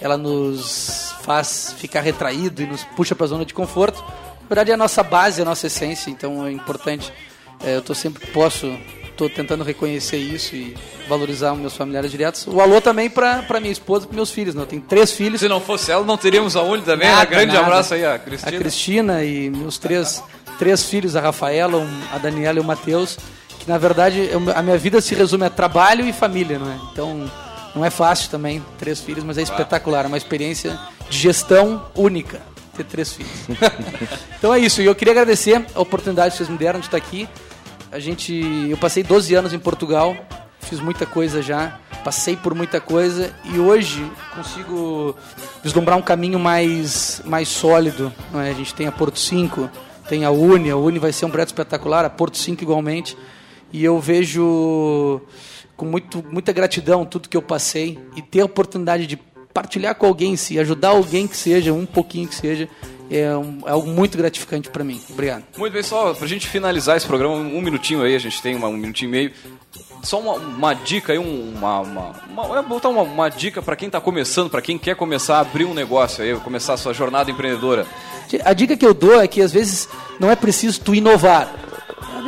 faz ficar retraído e nos puxa para a zona de conforto, na verdade é a nossa base, a nossa essência, então é importante. Eu estou tentando reconhecer isso e valorizar os meus familiares diretos. O alô também para minha esposa e para meus filhos, né? Eu tenho 3 filhos. Se não fosse ela, não teríamos a Uli também. Grande abraço aí a Cristina. A Cristina e meus três filhos, a Rafaela, a Daniela e o Matheus, que na verdade a minha vida se resume a trabalho e família, não é? Então não é fácil também, 3 filhos, mas é espetacular, é uma experiência de gestão única ter 3 filhos. Então é isso, e eu queria agradecer a oportunidade que vocês me deram de estar aqui. Eu passei 12 anos em Portugal, fiz muita coisa já, passei por muita coisa e hoje consigo vislumbrar um caminho mais sólido, não é? A gente tem a Porto 5, tem a Uni vai ser um projeto espetacular, a Porto 5 igualmente, e eu vejo com muita gratidão tudo que eu passei, e ter a oportunidade de partilhar com alguém, se ajudar alguém que seja, um pouquinho que seja, é algo muito gratificante para mim. Obrigado. Muito bem, só pra gente finalizar esse programa, um minutinho aí, a gente tem um minutinho e meio. Só uma dica aí, vou botar uma dica para quem está começando, para quem quer começar a abrir um negócio aí, começar a sua jornada empreendedora. A dica que eu dou é que às vezes não é preciso tu inovar. Às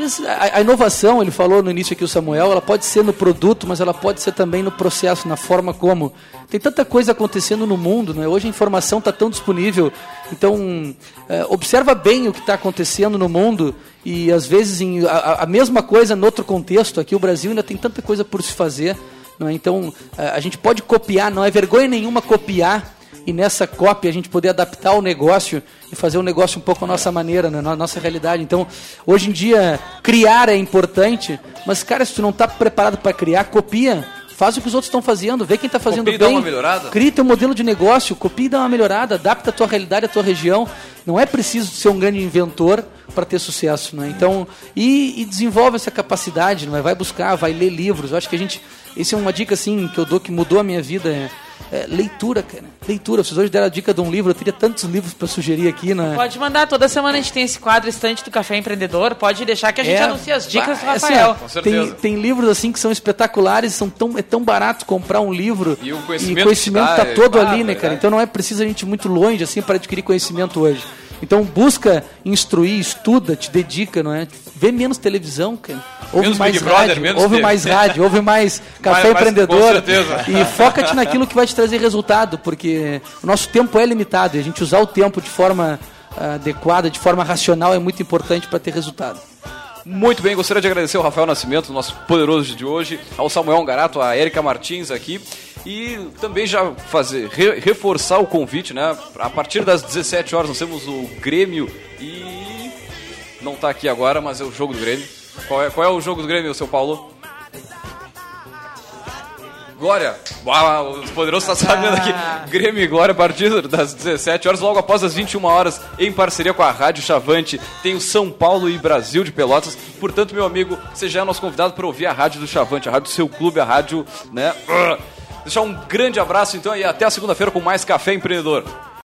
a inovação, ele falou no início aqui o Samuel, ela pode ser no produto, mas ela pode ser também no processo, na forma como. Tem tanta coisa acontecendo no mundo, né? Hoje a informação está tão disponível, então observa bem o que está acontecendo no mundo e às vezes a mesma coisa em outro contexto. Aqui o Brasil ainda tem tanta coisa por se fazer, não é? Então a gente pode copiar, não é vergonha nenhuma copiar, e nessa cópia a gente poder adaptar o negócio e fazer o negócio um pouco à nossa maneira, né, na nossa realidade. Então, hoje em dia, criar é importante, mas, cara, se tu não está preparado para criar, copia. Faz o que os outros estão fazendo, vê quem está fazendo bem. Copia e dá uma melhorada. Cria teu modelo de negócio, copia e dá uma melhorada, adapta a tua realidade, a tua região. Não é preciso ser um grande inventor para ter sucesso, né? Então, e desenvolve essa capacidade, não é? Vai buscar, vai ler livros. Eu acho que essa é uma dica assim que eu dou que mudou a minha vida. Leitura, cara. Leitura. Vocês hoje deram a dica de um livro. Eu teria tantos livros para sugerir aqui, né? Pode mandar. Toda semana a gente tem esse quadro Estante do Café Empreendedor. Pode deixar que a gente anuncia as dicas do Rafael. Com certeza. Tem livros assim que são espetaculares. É tão barato comprar um livro. E o conhecimento está todo ali, né, cara? Então não é preciso a gente ir muito longe assim para adquirir conhecimento hoje. Então busca instruir, estuda, te dedica, não é? Vê menos televisão, cara. Ouve mais rádio, ouve mais Café Empreendedor. Com certeza. E foca-te naquilo que vai te trazer resultado, porque o nosso tempo é limitado e a gente usar o tempo de forma adequada, de forma racional é muito importante para ter resultado. Muito bem, gostaria de agradecer ao Rafael Nascimento, nosso poderoso de hoje, ao Samuel Ongarato, a Érica Martins aqui, e também já reforçar o convite, né? A partir das 17 horas nós temos o Grêmio e não está aqui agora, mas é o jogo do Grêmio. Qual é o jogo do Grêmio, seu Paulo? Glória! Uau, os poderosos estão sabendo aqui. Grêmio e Glória a partir das 17 horas, logo após as 21 horas, em parceria com a Rádio Chavante, tem o São Paulo e Brasil de Pelotas. Portanto, meu amigo, você já é nosso convidado para ouvir a Rádio do Chavante, a rádio do seu clube, a rádio, né? Deixar um grande abraço, então, e até a segunda-feira com mais Café Empreendedor.